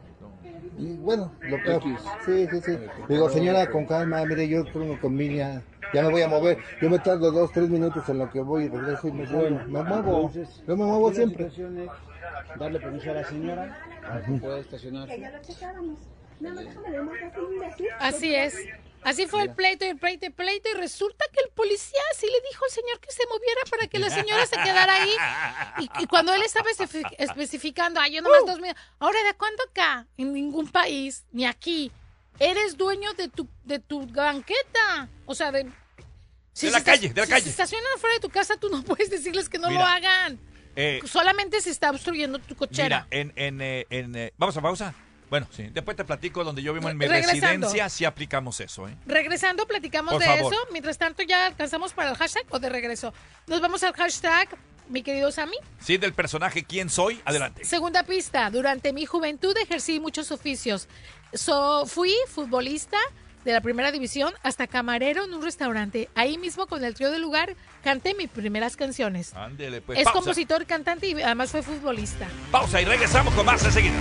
Y bueno, lo peor. Sí, sí, sí. Digo, señora, con calma, mire, yo tengo con mi hija. Ya me voy a mover. Yo me tardo dos, tres minutos en lo que voy y regreso y me muevo. Me muevo. Yo me muevo siempre. Darle permiso a la señora para que pueda estacionarse. Que ya lo checáramos. Nada más déjame demás así, imbécil. Así es. Así fue el pleito y el pleito y el pleito. Y resulta que el policía sí le dijo al señor que se moviera para que la señora se quedara ahí. Y, y cuando él estaba especific- especificando, ay, yo nomás dos minutos. Ahora, ¿de cuándo acá? En ningún país, ni aquí, eres dueño de tu, de tu banqueta. O sea, de... De la calle, de la si calle. se estacionan fuera de tu casa, tú no puedes decirles que no Mira, lo hagan. Eh, Solamente se está obstruyendo tu cochera. Mira, en, en, eh, en eh, vamos a pausa. Bueno, sí, después te platico donde yo vivo en mi Regresando. residencia, si aplicamos eso, ¿eh? Regresando, platicamos Por de favor. eso. Mientras tanto, ya alcanzamos para el hashtag o de regreso. Nos vamos al hashtag, mi querido Sammy. Sí, del personaje ¿Quién soy? Adelante. Segunda pista. Durante mi juventud ejercí muchos oficios. So, fui futbolista de la primera división hasta camarero en un restaurante. Ahí mismo, con el trío del lugar, canté mis primeras canciones. Ándele, pues. es pausa. compositor, cantante y además fue futbolista. Pausa y regresamos con más enseguida.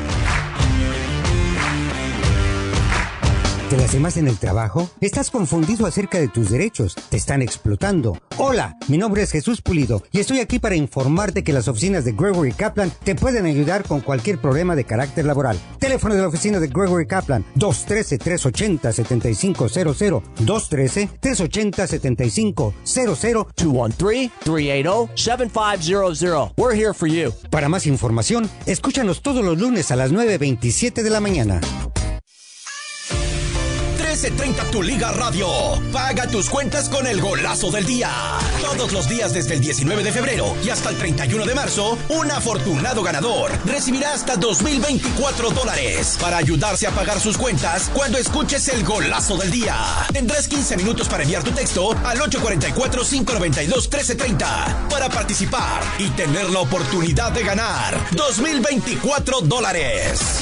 ¿Te las demás en el trabajo? ¿Estás confundido acerca de tus derechos? ¿Te están explotando? Hola, mi nombre es Jesús Pulido y estoy aquí para informarte que las oficinas de Gregory Kaplan te pueden ayudar con cualquier problema de carácter laboral. Teléfono de la oficina de Gregory Kaplan, dos uno tres, tres ocho cero, siete cinco cero cero, dos uno tres, tres ocho cero, siete cinco cero cero, dos uno tres, tres ocho cero, siete cinco cero cero. We're here for you. Para más información, escúchanos todos los lunes a las nueve veintisiete de la mañana. trece treinta Tu Liga Radio. Paga tus cuentas con el golazo del día. Todos los días desde el diecinueve de febrero y hasta el treinta y uno de marzo, un afortunado ganador recibirá hasta dos mil veinticuatro dólares para ayudarse a pagar sus cuentas cuando escuches el golazo del día. Tendrás quince minutos para enviar tu texto al ocho cuatro cuatro, cinco nueve dos, uno tres tres cero para participar y tener la oportunidad de ganar dos mil veinticuatro dólares.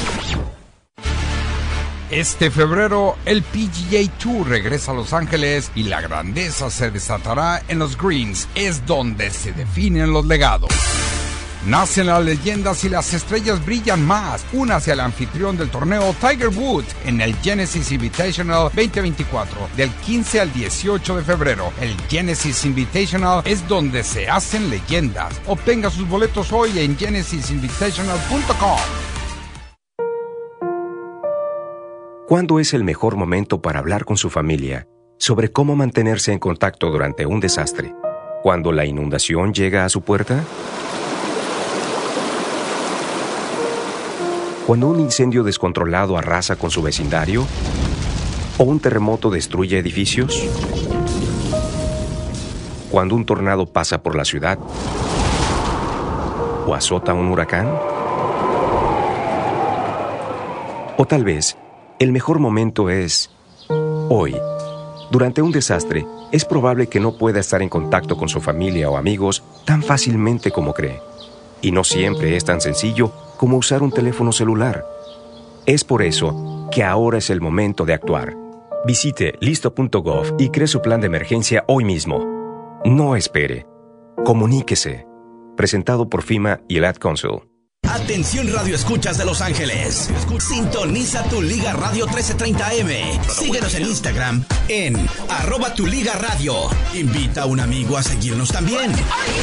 Este febrero, el P G A Tour regresa a Los Ángeles y la grandeza se desatará en los greens. Es donde se definen los legados. Nacen las leyendas y las estrellas brillan más. Únase al anfitrión del torneo Tiger Woods en el Genesis Invitational veinte veinticuatro del quince al dieciocho de febrero. El Genesis Invitational es donde se hacen leyendas. Obtenga sus boletos hoy en genesis invitational punto com. ¿Cuándo es el mejor momento para hablar con su familia sobre cómo mantenerse en contacto durante un desastre? ¿Cuando la inundación llega a su puerta? ¿Cuando un incendio descontrolado arrasa con su vecindario? ¿O un terremoto destruye edificios? ¿Cuando un tornado pasa por la ciudad? ¿O azota un huracán? O tal vez el mejor momento es hoy. Durante un desastre, es probable que no pueda estar en contacto con su familia o amigos tan fácilmente como cree. Y no siempre es tan sencillo como usar un teléfono celular. Es por eso que ahora es el momento de actuar. Visite listo punto gov y cree su plan de emergencia hoy mismo. No espere. Comuníquese. Presentado por FEMA y el Ad Council. Atención Radio Escuchas de Los Ángeles. Sintoniza Tu Liga Radio trece treinta eme. Síguenos en Instagram en arroba Tu Liga Radio. Invita a un amigo a seguirnos también.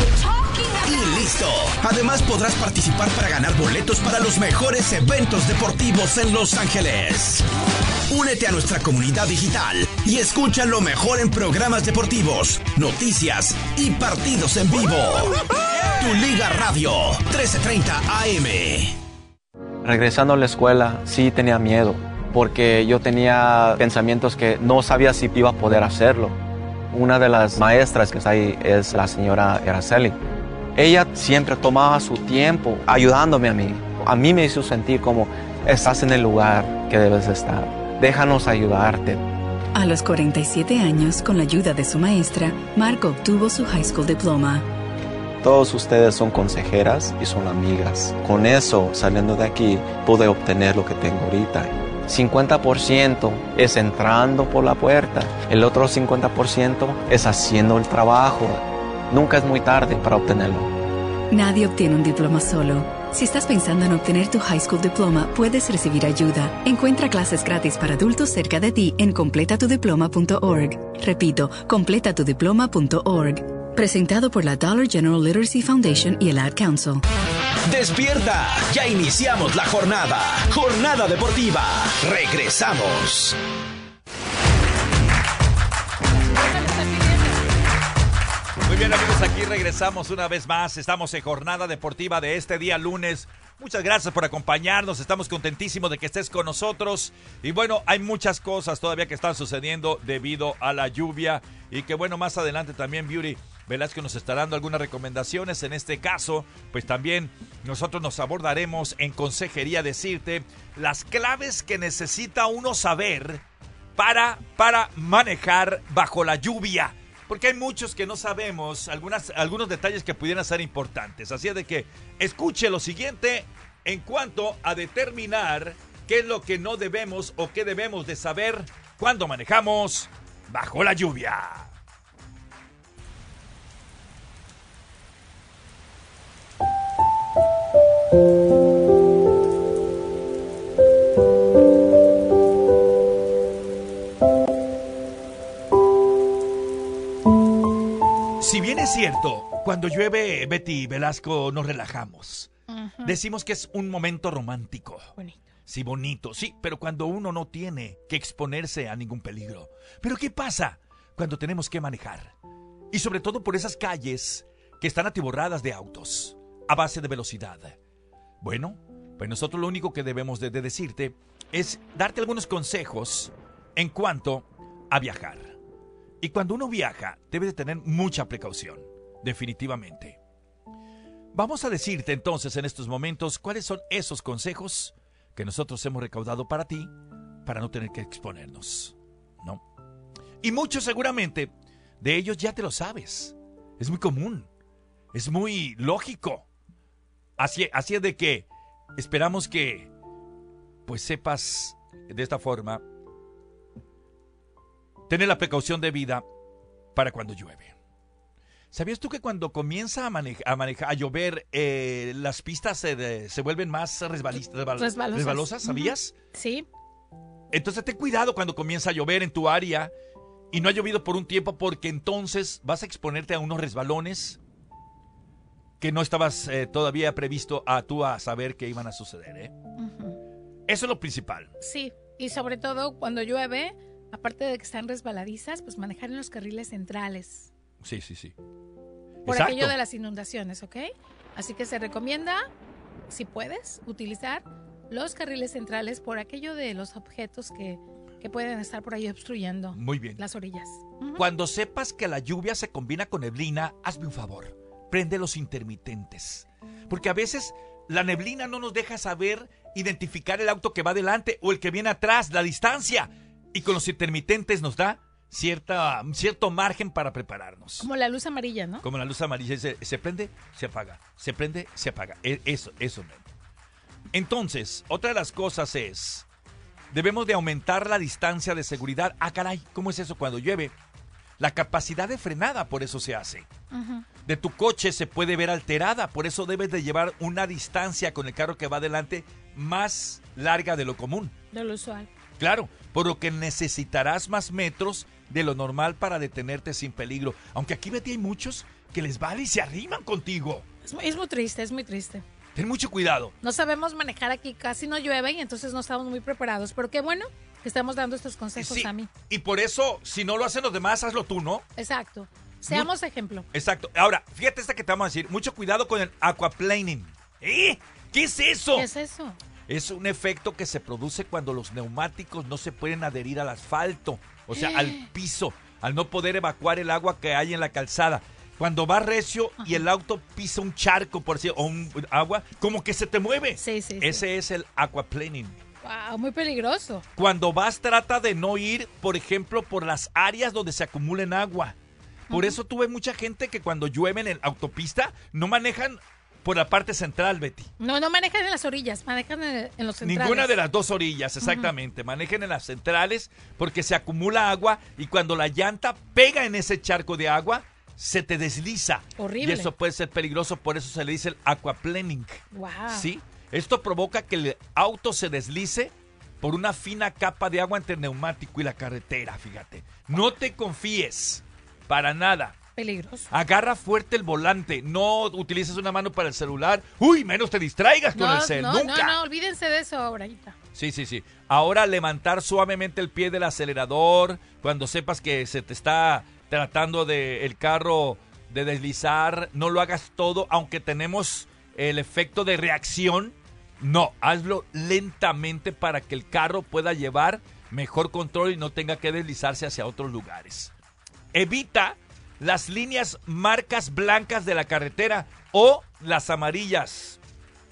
Y listo. Además podrás participar para ganar boletos para los mejores eventos deportivos en Los Ángeles. Únete a nuestra comunidad digital y escucha lo mejor en programas deportivos, noticias y partidos en vivo. Tu Liga Radio, trece treinta A M. Regresando a la escuela, sí tenía miedo, porque yo tenía pensamientos que no sabía si iba a poder hacerlo. Una de las maestras que está ahí es la señora Araceli. Ella siempre tomaba su tiempo ayudándome a mí. A mí me hizo sentir como estás en el lugar que debes estar. Déjanos ayudarte. A los cuarenta y siete años, con la ayuda de su maestra, Marco obtuvo su high school diploma. Todos ustedes son consejeras y son amigas. Con eso, saliendo de aquí, pude obtener lo que tengo ahorita. cincuenta por ciento es entrando por la puerta. El otro cincuenta por ciento es haciendo el trabajo. Nunca es muy tarde para obtenerlo. Nadie obtiene un diploma solo. Si estás pensando en obtener tu high school diploma, puedes recibir ayuda. Encuentra clases gratis para adultos cerca de ti en completa tu diploma punto org. Repito, completa tu diploma punto org. Presentado por la Dollar General Literacy Foundation y el Ad Council. ¡Despierta! Ya iniciamos la jornada. Jornada deportiva. Regresamos. Muy bien, amigos, aquí regresamos una vez más. Estamos en Jornada Deportiva de este día lunes. Muchas gracias por acompañarnos. Estamos contentísimos de que estés con nosotros. Y bueno, hay muchas cosas todavía que están sucediendo debido a la lluvia. Y que bueno, más adelante también Beauty Velasco nos estará dando algunas recomendaciones. En este caso, pues también nosotros nos abordaremos en consejería decirte las claves que necesita uno saber para, para manejar bajo la lluvia. Porque hay muchos que no sabemos algunas, algunos detalles que pudieran ser importantes. Así es de que escuche lo siguiente en cuanto a determinar qué es lo que no debemos o qué debemos de saber cuando manejamos bajo la lluvia. Si bien es cierto, cuando llueve, Betty Velasco, nos relajamos. Uh-huh. Decimos que es un momento romántico. Bonito. Sí, bonito, sí, pero cuando uno no tiene que exponerse a ningún peligro. ¿Pero qué pasa cuando tenemos que manejar? Y sobre todo por esas calles que están atiborradas de autos, a base de velocidad. Bueno, pues nosotros lo único que debemos de, de decirte es darte algunos consejos en cuanto a viajar. Y cuando uno viaja, debe de tener mucha precaución, definitivamente. Vamos a decirte entonces en estos momentos cuáles son esos consejos que nosotros hemos recaudado para ti, para no tener que exponernos, ¿no? Y muchos seguramente de ellos ya te lo sabes. Es muy común, es muy lógico. Así, así es de que esperamos que pues sepas de esta forma tener la precaución debida para cuando llueve. ¿Sabías tú que cuando comienza a, maneja, a, maneja, a llover, eh, las pistas se, de, se vuelven más resbalis, resbal, resbalosas. resbalosas? ¿Sabías? Uh-huh. Sí. Entonces ten cuidado cuando comienza a llover en tu área y no ha llovido por un tiempo, porque entonces vas a exponerte a unos resbalones que no estabas eh, todavía previsto a tú a saber que iban a suceder, ¿eh? Uh-huh. Eso es lo principal. Sí, y sobre todo cuando llueve, aparte de que están resbaladizas, pues manejar en los carriles centrales. Sí, sí, sí. Por Exacto. aquello de las inundaciones, ¿ok? Así que se recomienda, si puedes, utilizar los carriles centrales por aquello de los objetos que, que pueden estar por ahí obstruyendo. Muy bien. Las orillas. Uh-huh. Cuando sepas que la lluvia se combina con neblina, hazme un favor. Prende los intermitentes. Porque a veces la neblina no nos deja saber identificar el auto que va adelante o el que viene atrás, la distancia. Y con los intermitentes nos da cierta, cierto margen para prepararnos. Como la luz amarilla, ¿no? Como la luz amarilla. Se, se prende, se apaga. Se prende, se apaga. Eso, eso. Entonces, otra de las cosas es, debemos de aumentar la distancia de seguridad. Ah, caray, ¿cómo es eso cuando llueve? La capacidad de frenada, por eso se hace. Uh-huh. De tu coche se puede ver alterada, por eso debes de llevar una distancia con el carro que va adelante más larga de lo común. De lo usual. Claro, por lo que necesitarás más metros de lo normal para detenerte sin peligro. Aunque aquí, Betty, hay muchos que les vale y se arriman contigo. Es muy, es muy triste, es muy triste. Ten mucho cuidado. No sabemos manejar aquí, casi no llueve y entonces no estamos muy preparados. Pero qué bueno que estamos dando estos consejos sí, a mí. Y por eso, si no lo hacen los demás, hazlo tú, ¿no? Exacto. Seamos muy, ejemplo. Exacto. Ahora, fíjate esta que te vamos a decir. Mucho cuidado con el aquaplaning. ¿Eh? ¿Qué es eso? ¿Qué es eso? Es un efecto que se produce cuando los neumáticos no se pueden adherir al asfalto, o sea, al piso, al no poder evacuar el agua que hay en la calzada. Cuando va recio y el auto pisa un charco, por decir, o un agua, como que se te mueve. Sí, sí, Ese sí. es el aquaplaning. Wow, muy peligroso. Cuando vas, trata de no ir, por ejemplo, por las áreas donde se acumulen agua. Por uh-huh. eso tuve mucha gente que cuando llueve en la autopista no manejan por la parte central, Betty. No, no manejan en las orillas, manejan en, en los centrales. Ninguna de las dos orillas, exactamente. Uh-huh. Manejen en las centrales porque se acumula agua y cuando la llanta pega en ese charco de agua, se te desliza. Horrible. Y eso puede ser peligroso, por eso se le dice el aquaplaning. Wow. ¿Sí? Esto provoca que el auto se deslice por una fina capa de agua entre el neumático y la carretera, fíjate. No te confíes, para nada. Peligroso. Agarra fuerte el volante, no utilices una mano para el celular. Uy, menos te distraigas no, con el cel, no, nunca. No, no, olvídense de eso ahora. Sí, sí, sí. Ahora levantar suavemente el pie del acelerador cuando sepas que se te está tratando de el carro de deslizar. No lo hagas todo, aunque tenemos el efecto de reacción. No, hazlo lentamente para que el carro pueda llevar mejor control y no tenga que deslizarse hacia otros lugares. Evita las líneas marcas blancas de la carretera o las amarillas.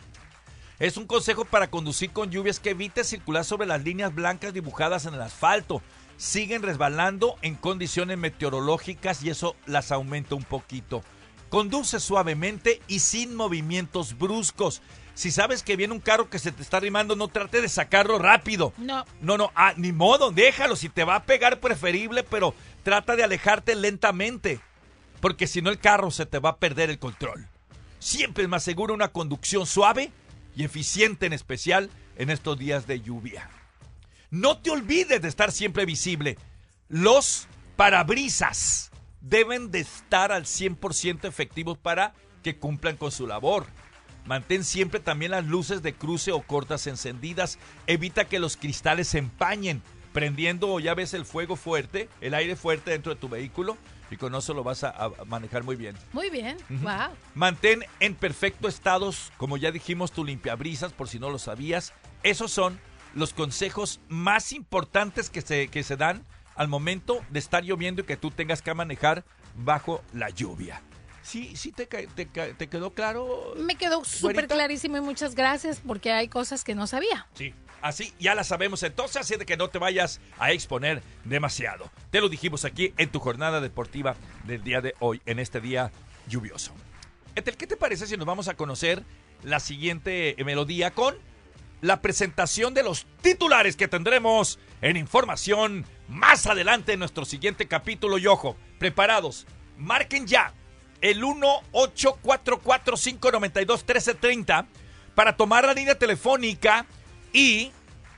Es un consejo para conducir con lluvias que evite circular sobre las líneas blancas dibujadas en el asfalto. Siguen resbalando en condiciones meteorológicas y eso las aumenta un poquito. Conduce suavemente y sin movimientos bruscos. Si sabes que viene un carro que se te está arrimando, no trate de sacarlo rápido. No. No, no, ah, ni modo, déjalo. Si te va a pegar, preferible, pero trata de alejarte lentamente. Porque si no, el carro se te va a perder el control. Siempre es más seguro una conducción suave y eficiente, en especial en estos días de lluvia. No te olvides de estar siempre visible. Los parabrisas deben de estar al cien por ciento efectivos para que cumplan con su labor. Mantén siempre también las luces de cruce o cortas encendidas. Evita que los cristales se empañen, prendiendo, ya ves, el fuego fuerte, el aire fuerte dentro de tu vehículo, y con eso lo vas a, a manejar muy bien. Muy bien, uh-huh. Wow. Mantén en perfecto estado, como ya dijimos, tu limpiabrisas, por si no lo sabías. Esos son los consejos más importantes que se, que se dan al momento de estar lloviendo y que tú tengas que manejar bajo la lluvia. ¿Sí, sí te, te, te quedó claro? Me quedó súper clarísimo y muchas gracias, porque hay cosas que no sabía. Sí, así ya las sabemos entonces, así de que no te vayas a exponer demasiado. Te lo dijimos aquí en tu jornada deportiva del día de hoy, en este día lluvioso. Etel, ¿qué te parece si nos vamos a conocer la siguiente melodía con la presentación de los titulares que tendremos en información más adelante en nuestro siguiente capítulo? Y ojo, preparados, marquen ya el uno ocho cuatro cuatro cinco nueve dos uno tres tres cero para tomar la línea telefónica y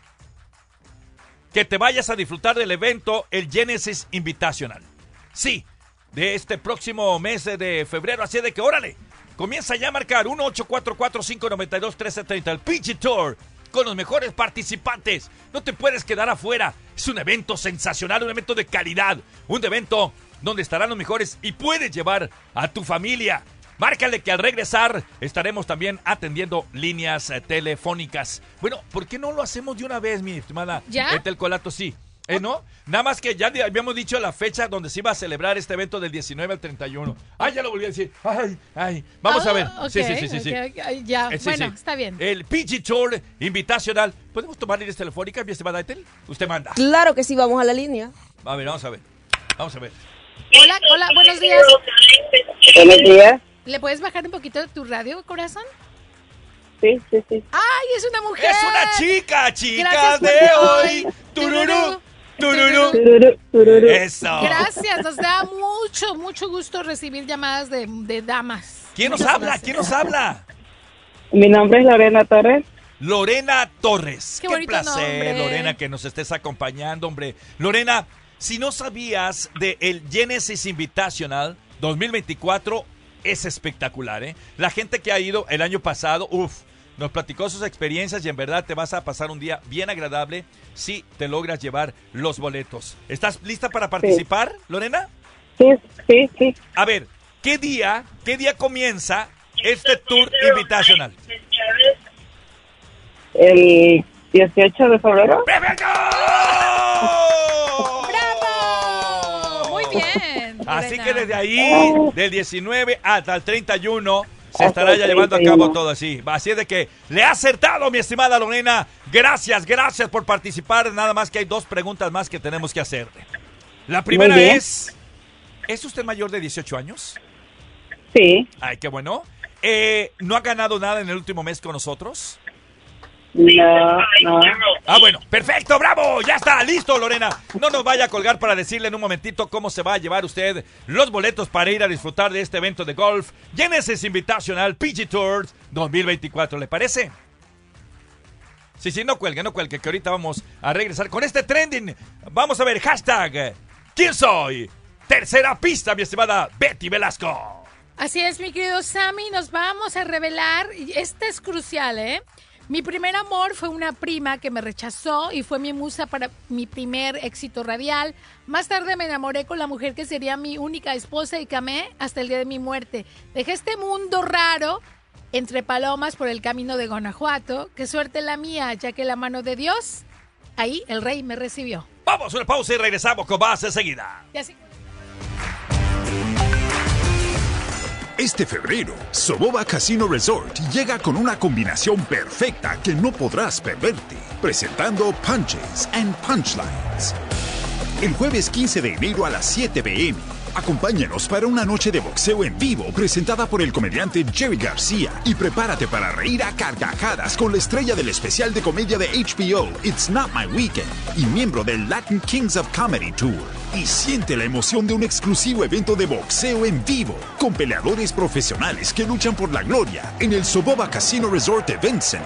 que te vayas a disfrutar del evento, el Genesis Invitational. Sí, de este próximo mes de febrero, así de que órale, comienza ya a marcar uno ocho cuatro cuatro cinco nueve dos uno tres tres cero, el P G Tour, con los mejores participantes. No te puedes quedar afuera. Es un evento sensacional, un evento de calidad, un evento donde estarán los mejores y puedes llevar a tu familia. Márcale que al regresar estaremos también atendiendo líneas eh, telefónicas. Bueno, ¿por qué no lo hacemos de una vez, mi estimada Etel Colato? Sí, ¿eh, no? Nada más que ya habíamos dicho la fecha donde se iba a celebrar este evento del diecinueve al treinta y uno. Ay, ya lo volví a decir. Ay, ay. Vamos oh, a ver. Okay, sí, sí, sí, sí. Okay, okay. Ya, eh, sí, bueno, sí. Está bien. El P G Tour Invitational. ¿Podemos tomar líneas telefónicas, mi estimada Etel? Usted manda. Claro que sí, vamos a la línea. A ver, vamos a ver. Vamos a ver. Hola, hola, buenos días. Buenos días. ¿Le puedes bajar un poquito de tu radio, corazón? Sí, sí, sí. ¡Ay, es una mujer! ¡Es una chica, chica Gracias de hoy! ¡Tururú! ¡Tururú! Tururú, tururú. ¡Eso! Gracias, nos da mucho, mucho gusto recibir llamadas de, de damas. ¿Quién nos Muchas habla? gracias. ¿Quién nos habla? Mi nombre es Lorena Torres. Lorena Torres. Qué Qué, bonito placer, nombre. Lorena, que nos estés acompañando, hombre. Lorena, si no sabías de el Genesis Invitational dos mil veinticuatro, es espectacular, ¿eh? La gente que ha ido el año pasado, uff, nos platicó sus experiencias y en verdad te vas a pasar un día bien agradable si te logras llevar los boletos. ¿Estás lista para participar, sí. Lorena? Sí, sí, sí. A ver, ¿qué día, qué día comienza este Tour Invitational? El dieciocho de febrero. ¡Perfecto! ¡Bravo! Muy bien. Así Lorena. que desde ahí, del diecinueve hasta el treinta y uno, se estará ya llevando a cabo todo así. Así es de que le ha acertado, mi estimada Lorena. Gracias, gracias por participar. Nada más que hay dos preguntas más que tenemos que hacerle. La primera es, ¿es usted mayor de dieciocho años? Sí. Ay, qué bueno. Eh, ¿No ha ganado nada en el último mes con nosotros? No, no. Ah, bueno, perfecto, bravo, ya está, listo, Lorena. No nos vaya a colgar para decirle en un momentito cómo se va a llevar usted los boletos para ir a disfrutar de este evento de golf Genesis Invitational P G Tours dos mil veinticuatro, ¿le parece? Sí, sí, no cuelgue, no cuelgue, que ahorita vamos a regresar con este trending. Vamos a ver, hashtag, ¿quién soy? Tercera pista, mi estimada Betty Velasco. Así es, mi querido Sammy, nos vamos a revelar, y este es crucial, ¿eh? Mi primer amor fue una prima que me rechazó y fue mi musa para mi primer éxito radial. Más tarde me enamoré con la mujer que sería mi única esposa y que amé hasta el día de mi muerte. Dejé este mundo raro entre palomas por el camino de Guanajuato. Qué suerte la mía, ya que la mano de Dios, ahí el rey me recibió. Vamos a una pausa y regresamos con más enseguida. Y así... Este febrero, Soboba Casino Resort llega con una combinación perfecta que no podrás perderte, presentando Punches and Punchlines. El jueves quince de enero a las siete p m, acompáñanos para una noche de boxeo en vivo presentada por el comediante Jerry García y prepárate para reír a carcajadas con la estrella del especial de comedia de H B O, It's Not My Weekend, y miembro del Latin Kings of Comedy Tour. Y siente la emoción de un exclusivo evento de boxeo en vivo, con peleadores profesionales que luchan por la gloria en el Soboba Casino Resort Event Center.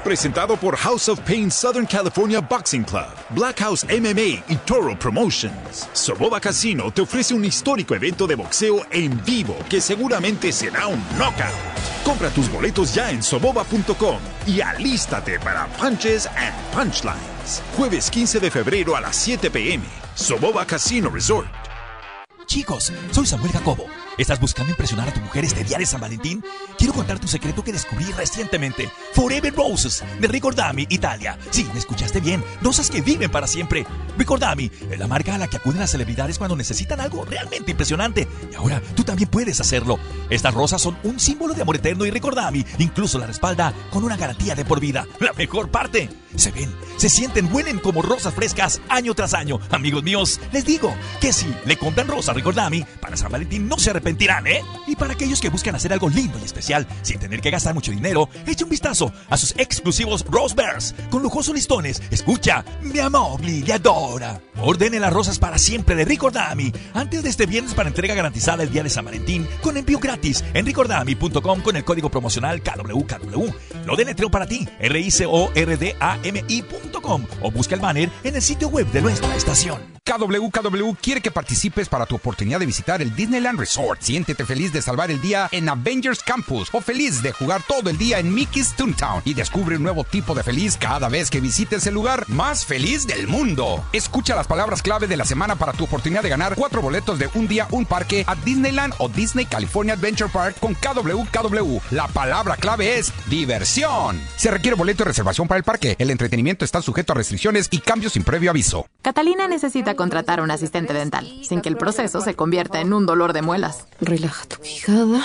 Presentado por House of Pain Southern California Boxing Club, Black House M M A y Toro Promotions. Soboba Casino te ofrece un histórico evento de boxeo en vivo que seguramente será un knockout. Compra tus boletos ya en soboba punto com y alístate para Punches and Punchlines. Jueves quince de febrero a las siete p m Soboba Casino Resort. Chicos, soy Samuel Jacobo. ¿Estás buscando impresionar a tu mujer este día de San Valentín? Quiero contarte un secreto que descubrí recientemente. Forever Roses, de Ricordami, Italia. Sí, me escuchaste bien. Rosas que viven para siempre. Ricordami es la marca a la que acuden las celebridades cuando necesitan algo realmente impresionante. Y ahora tú también puedes hacerlo. Estas rosas son un símbolo de amor eterno y Ricordami incluso la respalda con una garantía de por vida. La mejor parte. Se ven, se sienten, huelen como rosas frescas año tras año. Amigos míos, les digo que si le compran rosas Ricordami, para San Valentín no se arrepentirán, ¿eh? Y para aquellos que buscan hacer algo lindo y especial sin tener que gastar mucho dinero, eche un vistazo a sus exclusivos Rose Bears con lujosos listones. Escucha, mi amor le adora. Ordene las rosas para siempre de Ricordami antes de este viernes para entrega garantizada el día de San Valentín con envío gratis en ricordami punto com con el código promocional K W K W. Lo deletreo para ti, R I C O R D A M I punto com o busca el banner en el sitio web de nuestra estación. K W K W quiere que participes para tu oportunidad de visitar el Disneyland Resort. Siéntete feliz de salvar el día en Avengers Campus o feliz de jugar todo el día en Mickey's Toontown y descubre un nuevo tipo de feliz cada vez que visites el lugar más feliz del mundo. Escucha las palabras clave de la semana para tu oportunidad de ganar cuatro boletos de un día, un parque a Disneyland o Disney California Adventure Park con K W K W. La palabra clave es diversión. Se requiere boleto y reservación para el parque. El entretenimiento está sujeto a restricciones y cambios sin previo aviso. Catalina necesita contratar a un asistente dental sin que el proceso se convierta en un dolor de muelas. Relaja tu quijada.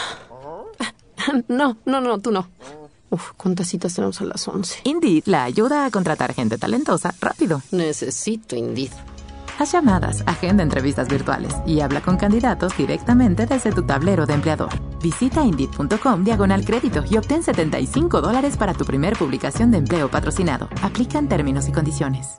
No, no, no, tú no. Uf, ¿cuántas citas tenemos a las once? Indeed la ayuda a contratar gente talentosa rápido. Necesito Indeed. Haz llamadas, agenda entrevistas virtuales y habla con candidatos directamente desde tu tablero de empleador. Visita Indeed punto com diagonal crédito y obtén setenta y cinco dólares para tu primer publicación de empleo patrocinado. Aplican términos y condiciones.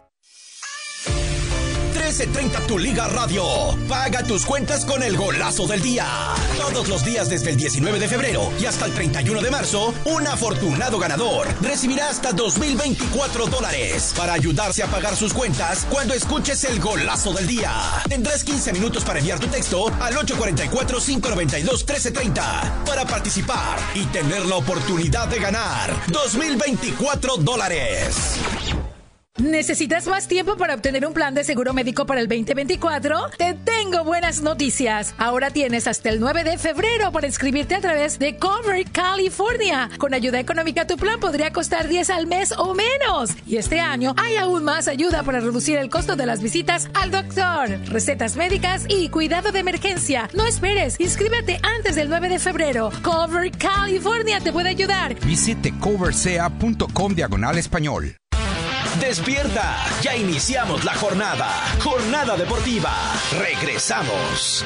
trece treinta Tu Liga Radio. Paga tus cuentas con el golazo del día. Todos los días desde el diecinueve de febrero y hasta el treinta y uno de marzo, un afortunado ganador recibirá hasta dos mil veinticuatro dólares para ayudarse a pagar sus cuentas cuando escuches el golazo del día. Tendrás quince minutos para enviar tu texto al ocho cuatro cuatro, cinco nueve dos, uno tres tres cero para participar y tener la oportunidad de ganar dos mil veinticuatro dólares. ¿Necesitas más tiempo para obtener un plan de seguro médico para el veinte veinticuatro? Te tengo buenas noticias. Ahora tienes hasta el nueve de febrero para inscribirte a través de Cover California. Con ayuda económica tu plan podría costar diez al mes o menos. Y este año hay aún más ayuda para reducir el costo de las visitas al doctor, recetas médicas y cuidado de emergencia. No esperes, inscríbete antes del nueve de febrero. Cover California te puede ayudar. Visite coversea punto com diagonal español. Despierta, ya iniciamos la jornada. Jornada deportiva. Regresamos.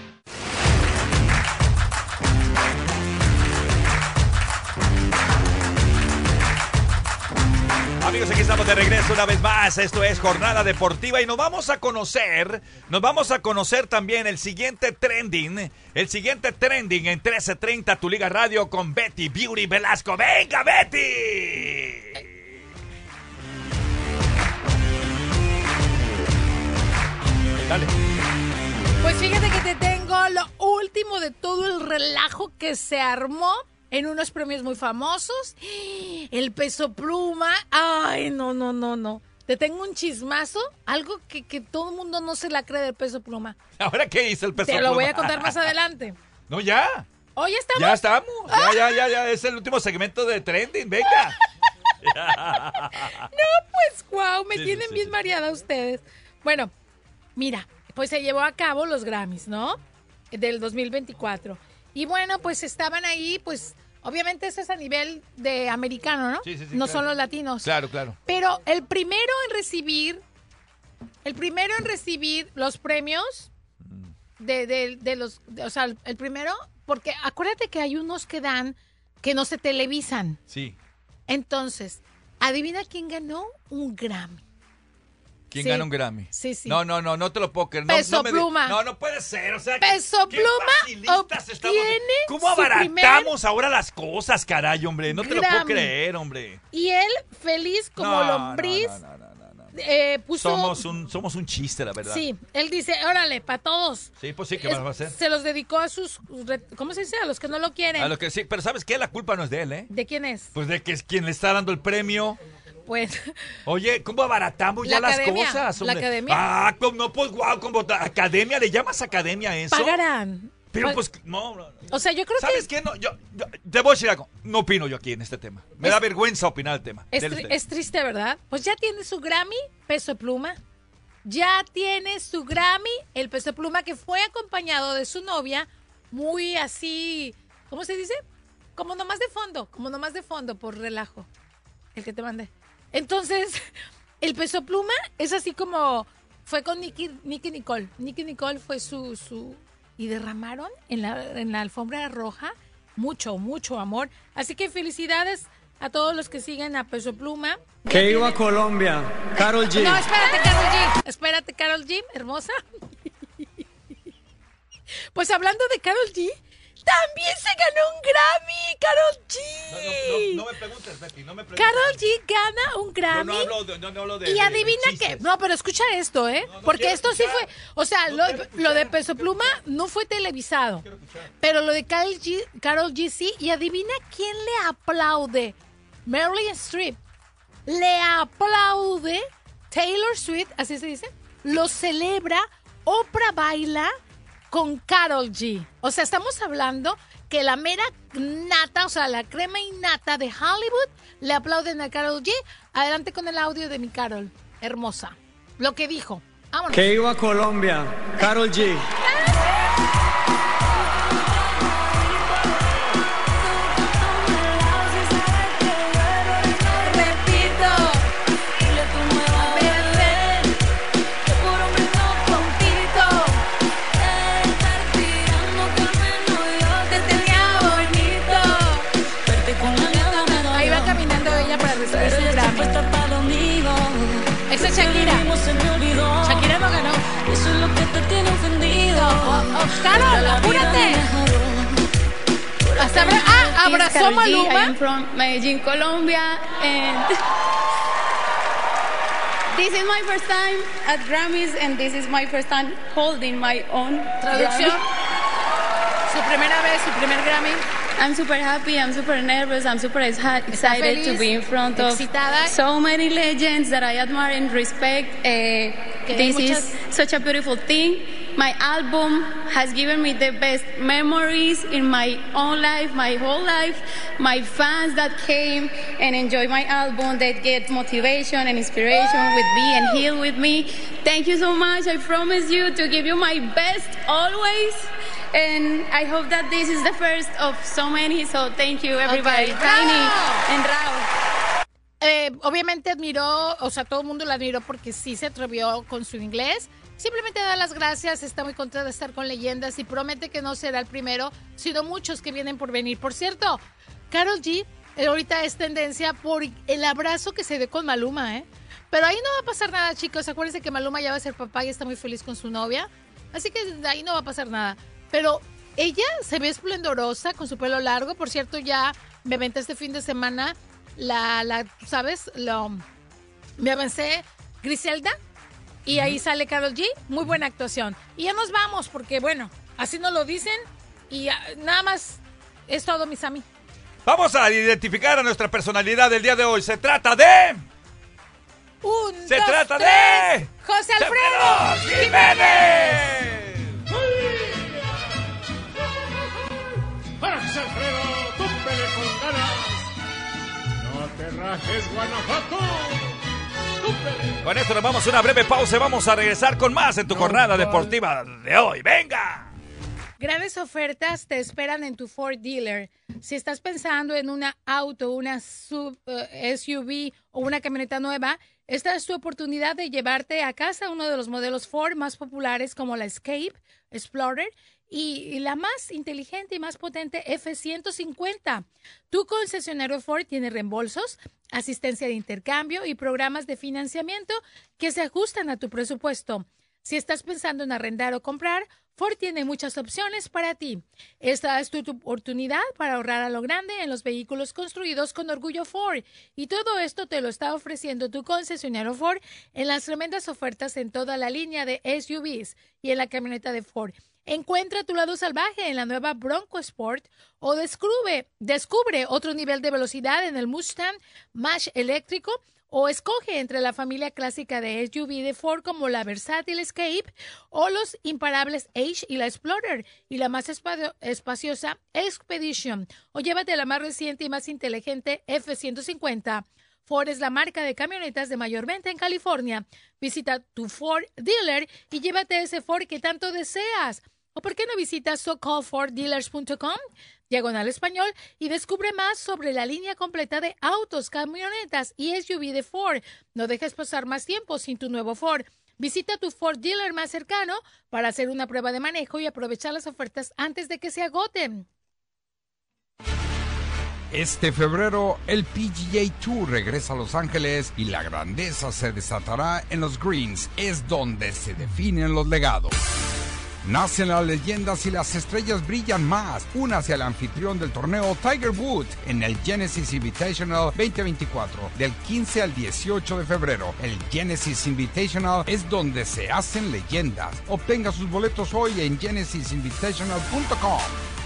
Amigos, aquí estamos de regreso una vez más. Esto es Jornada Deportiva y nos vamos a conocer, nos vamos a conocer también el siguiente trending, el siguiente trending en trece treinta Tu Liga Radio con Betty Beauty Velasco. ¡Venga, Betty! Dale. Pues fíjate que te tengo lo último de todo el relajo que se armó en unos premios muy famosos. El Peso Pluma. Ay, no, no, no, no. Te tengo un chismazo, algo que, que todo el mundo no se la cree del Peso Pluma. ¿Ahora qué hizo el Peso Pluma? Te lo voy a contar más adelante. No, ya. ¿Hoy estamos? Ya estamos. Ya, ya, ya, ya. Es el último segmento de Trending. Venga. No, pues, wow, me sí, tienen sí, bien sí. mareada ustedes. Bueno, mira, pues se llevó a cabo los Grammys, ¿no? Del dos mil veinticuatro. Y bueno, pues estaban ahí, pues, obviamente eso es a nivel de americano, ¿no? Sí, sí, sí, no claro. son los latinos. Claro, claro. Pero el primero en recibir, el primero en recibir los premios de, de, de los, de, o sea, el, el primero, porque acuérdate que hay unos que dan que no se televisan. Sí. Entonces, adivina quién ganó un Grammy. ¿Quién Sí. gana un Grammy? Sí, sí. No, no, no, no te lo puedo creer. No, Peso no me di- Pluma. No, no puede ser. O sea, Peso qué Pluma facilistas estamos. obtiene ¿Cómo su abaratamos ahora las cosas, caray, hombre? No te lo puedo Grammy. creer, hombre. Y él, feliz como No, lombriz, no, no, no, no, no. eh, puso... Somos un, somos un chiste, la verdad. Sí, él dice, órale, para todos. Sí, pues sí, ¿qué Es- más va a hacer? Se los dedicó a sus, re- ¿cómo se dice? A los que no lo quieren. A lo que sí, pero ¿sabes qué? La culpa no es de él, ¿eh? ¿De quién es? Pues de que es quien le está dando el premio. Pues, Oye, ¿cómo abaratamos La ya las academia, cosas, la hombre? academia. Ah, pues no, pues guau, como ta- academia, ¿le llamas academia a eso? pagarán. Pero Pa- pues, no, no. O sea, yo creo ¿Sabes que qué? No, yo, yo- te voy a decir algo. No opino yo aquí en este tema. Me Es- da vergüenza opinar el tema. es, Dele tri- usted. es triste, ¿verdad? Pues ya tiene su Grammy, Peso Pluma. Ya tiene su Grammy, el Peso Pluma, que fue acompañado de su novia, muy así, ¿cómo se dice? Como nomás de fondo, como nomás de fondo, por relajo. El que te mandé. Entonces, el Peso Pluma es así como, fue con Nicky, Nicky Nicole. Nicky Nicole fue su, su, y derramaron en la, en la alfombra roja mucho, mucho amor. Así que felicidades a todos los que siguen a Peso Pluma. Que iba a Colombia, Karol G. No, espérate, Karol G. Espérate, Karol G, hermosa. Pues hablando de Karol G, también se ganó un Grammy, Karol G. No, no, no me preguntes, Betty, no me preguntes. Karol G gana un Yo Grammy. no hablo de, no, no hablo de- Y de- adivina de qué. chistes. No, pero escucha esto, ¿eh? Porque quiero esto sí fue. O sea, lo, lo de Peso Pluma no fue televisado. Pero lo de Karol G, Karol G sí. Y adivina quién le aplaude. Meryl Streep. Le aplaude Taylor Swift, así se dice. Lo celebra. Oprah baila con Karol G. O sea, estamos hablando que la mera nata, o sea, la crema innata de Hollywood, le aplauden a Karol G. Adelante con el audio de mi Karol. Hermosa. Lo que dijo. Vámonos. Que iba a Colombia, Karol G. Repito. Bebé. Puro menos contigo. Estar tirando que menos yo te tenía bonito. Ahí va caminando ella para recibir su Grammy. Esa es Shakira. Shakira no ganó. Eso es lo que te tiene ofendido. Oh, oh, Karol, apúrate. Hasta abra- ah, abrazó a Maluma. I am from Medellín, Colombia, and this is my first time at Grammys, and this is my first time holding my own Traducción. Grammy. Su primera vez, su primer Grammy. I'm super happy, I'm super nervous, I'm super ex- excited feliz, to be in front of excitada. so many legends that I admire and respect. Uh, Que this muchas- is such a beautiful thing. My album has given me the best memories in my own life, my whole life. My fans that came and enjoy my album, that get motivation and inspiration with me and heal with me. Thank you so much. I promise you to give you my best always. And I hope that this is the first of so many. So thank you, everybody. Okay, Tiny bravo. and Raúl. Eh, obviamente admiró, o sea, todo el mundo la admiró porque sí se atrevió con su inglés. Simplemente da las gracias, está muy contenta de estar con leyendas y promete que no será el primero, sino muchos que vienen por venir. Por cierto, Karol G eh, ahorita es tendencia por el abrazo que se dio con Maluma, ¿eh? Pero ahí no va a pasar nada, chicos. Acuérdense que Maluma ya va a ser papá y está muy feliz con su novia. Así que de ahí no va a pasar nada. Pero ella se ve esplendorosa con su pelo largo. Por cierto, ya me aventé este fin de semana la, la ¿sabes? Lo, me avancé Griselda y ahí sale Karol G. Muy buena actuación. Y ya nos vamos porque, bueno, así nos lo dicen y ah, nada más es todo, mis amigos. Vamos a identificar a nuestra personalidad del día de hoy. Se trata de... Un, Se dos, trata tres. de... José Alfredo Jiménez. José Alfredo, tú pele con ganas. No te rajes, Guanajuato. Tú pele. Con esto nos vamos a una breve pausa y vamos a regresar con más en tu jornada deportiva de hoy. ¡Venga! Grandes ofertas te esperan en tu Ford dealer. Si estás pensando en un auto, una sub, uh, S U V o una camioneta nueva, esta es tu oportunidad de llevarte a casa uno de los modelos Ford más populares como la Escape, Explorer y, y la más inteligente y más potente F ciento cincuenta. Tu concesionario Ford tiene reembolsos, asistencia de intercambio y programas de financiamiento que se ajustan a tu presupuesto. Si estás pensando en arrendar o comprar, Ford tiene muchas opciones para ti. Esta es tu, tu oportunidad para ahorrar a lo grande en los vehículos construidos con orgullo Ford. Y todo esto te lo está ofreciendo tu concesionario Ford en las tremendas ofertas en toda la línea de S U Vs y en la camioneta de Ford. Encuentra tu lado salvaje en la nueva Bronco Sport o descubre, descubre otro nivel de velocidad en el Mustang Mach eléctrico, o escoge entre la familia clásica de S U V de Ford como la versátil Escape o los imparables Edge y la Explorer y la más espacio, espaciosa Expedition, o llévate la más reciente y más inteligente F ciento cincuenta. Ford es la marca de camionetas de mayor venta en California. Visita tu Ford dealer y llévate ese Ford que tanto deseas. ¿O por qué no visitas so called ford dealers punto com, diagonal español, y descubre más sobre la línea completa de autos, camionetas y S U V de Ford? No dejes pasar más tiempo sin tu nuevo Ford. Visita tu Ford dealer más cercano para hacer una prueba de manejo y aprovechar las ofertas antes de que se agoten. Este febrero, el P G A Tour regresa a Los Ángeles y la grandeza se desatará en los Greens. Es donde se definen los legados. Nacen las leyendas y las estrellas brillan más. Únase al anfitrión del torneo Tiger Woods en el Genesis Invitational veinte veinticuatro del quince al dieciocho de febrero. El Genesis Invitational es donde se hacen leyendas. Obtenga sus boletos hoy en genesis invitational punto com.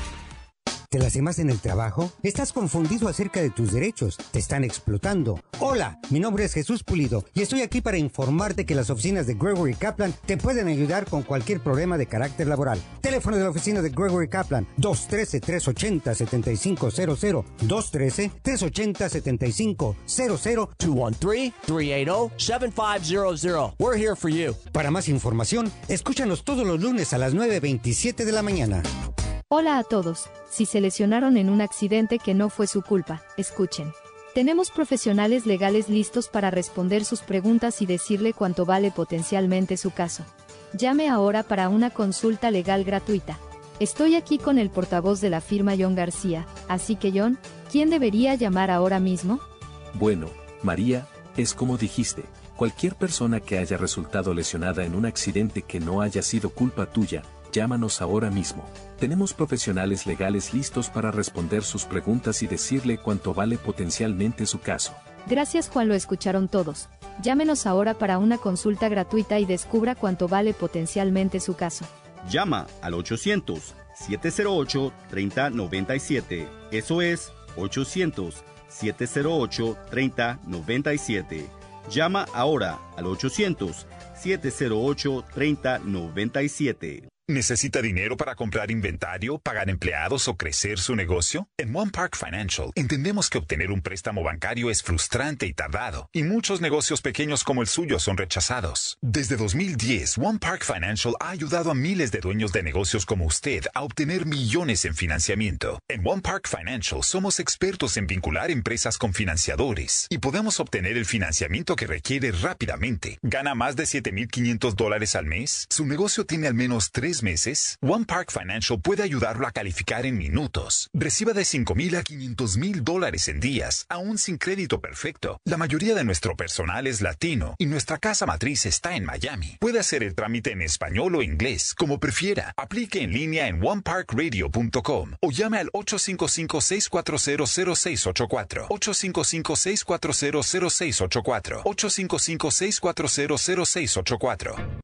¿Te las más en el trabajo? ¿Estás confundido acerca de tus derechos? ¿Te están explotando? Hola, mi nombre es Jesús Pulido y estoy aquí para informarte que las oficinas de Gregory Kaplan te pueden ayudar con cualquier problema de carácter laboral. Teléfono de la oficina de Gregory Kaplan, dos uno tres, tres ocho cero, siete cinco cero cero, dos uno tres, tres ocho cero, siete cinco cero cero, dos uno tres, tres ocho cero, siete cinco cero cero. We're here for you. Para más información, escúchanos todos los lunes a las nueve veintisiete de la mañana. Hola a todos. Si se lesionaron en un accidente que no fue su culpa, escuchen. Tenemos profesionales legales listos para responder sus preguntas y decirle cuánto vale potencialmente su caso. Llame ahora para una consulta legal gratuita. Estoy aquí con el portavoz de la firma John García, así que John, ¿quién debería llamar ahora mismo? Bueno, María, es como dijiste, cualquier persona que haya resultado lesionada en un accidente que no haya sido culpa tuya, llámanos ahora mismo. Tenemos profesionales legales listos para responder sus preguntas y decirle cuánto vale potencialmente su caso. Gracias, Juan, lo escucharon todos. Llámenos ahora para una consulta gratuita y descubra cuánto vale potencialmente su caso. Llama al ochocientos, siete cero ocho, tres cero nueve siete. Eso es ochocientos, siete cero ocho, tres cero nueve siete. Llama ahora al ochocientos, siete cero ocho, tres cero nueve siete. ¿Necesita dinero para comprar inventario, pagar empleados o crecer su negocio? En One Park Financial entendemos que obtener un préstamo bancario es frustrante y tardado, y muchos negocios pequeños como el suyo son rechazados. Desde dos mil diez, One Park Financial ha ayudado a miles de dueños de negocios como usted a obtener millones en financiamiento. En One Park Financial somos expertos en vincular empresas con financiadores y podemos obtener el financiamiento que requiere rápidamente. ¿Gana más de siete mil quinientos dólares al mes? ¿Su negocio tiene al menos tres meses? One Park Financial puede ayudarlo a calificar en minutos. Reciba de cinco mil a quinientos mil dólares en días, aún sin crédito perfecto. La mayoría de nuestro personal es latino y nuestra casa matriz está en Miami. Puede hacer el trámite en español o inglés, como prefiera. Aplique en línea en one park radio punto com o llame al ocho cinco cinco, seis cuatro cero, cero seis ocho cuatro. ocho cinco cinco, seis cuatro cero, cero seis ocho cuatro. ocho cinco cinco, seis cuatro cero, cero seis ocho cuatro.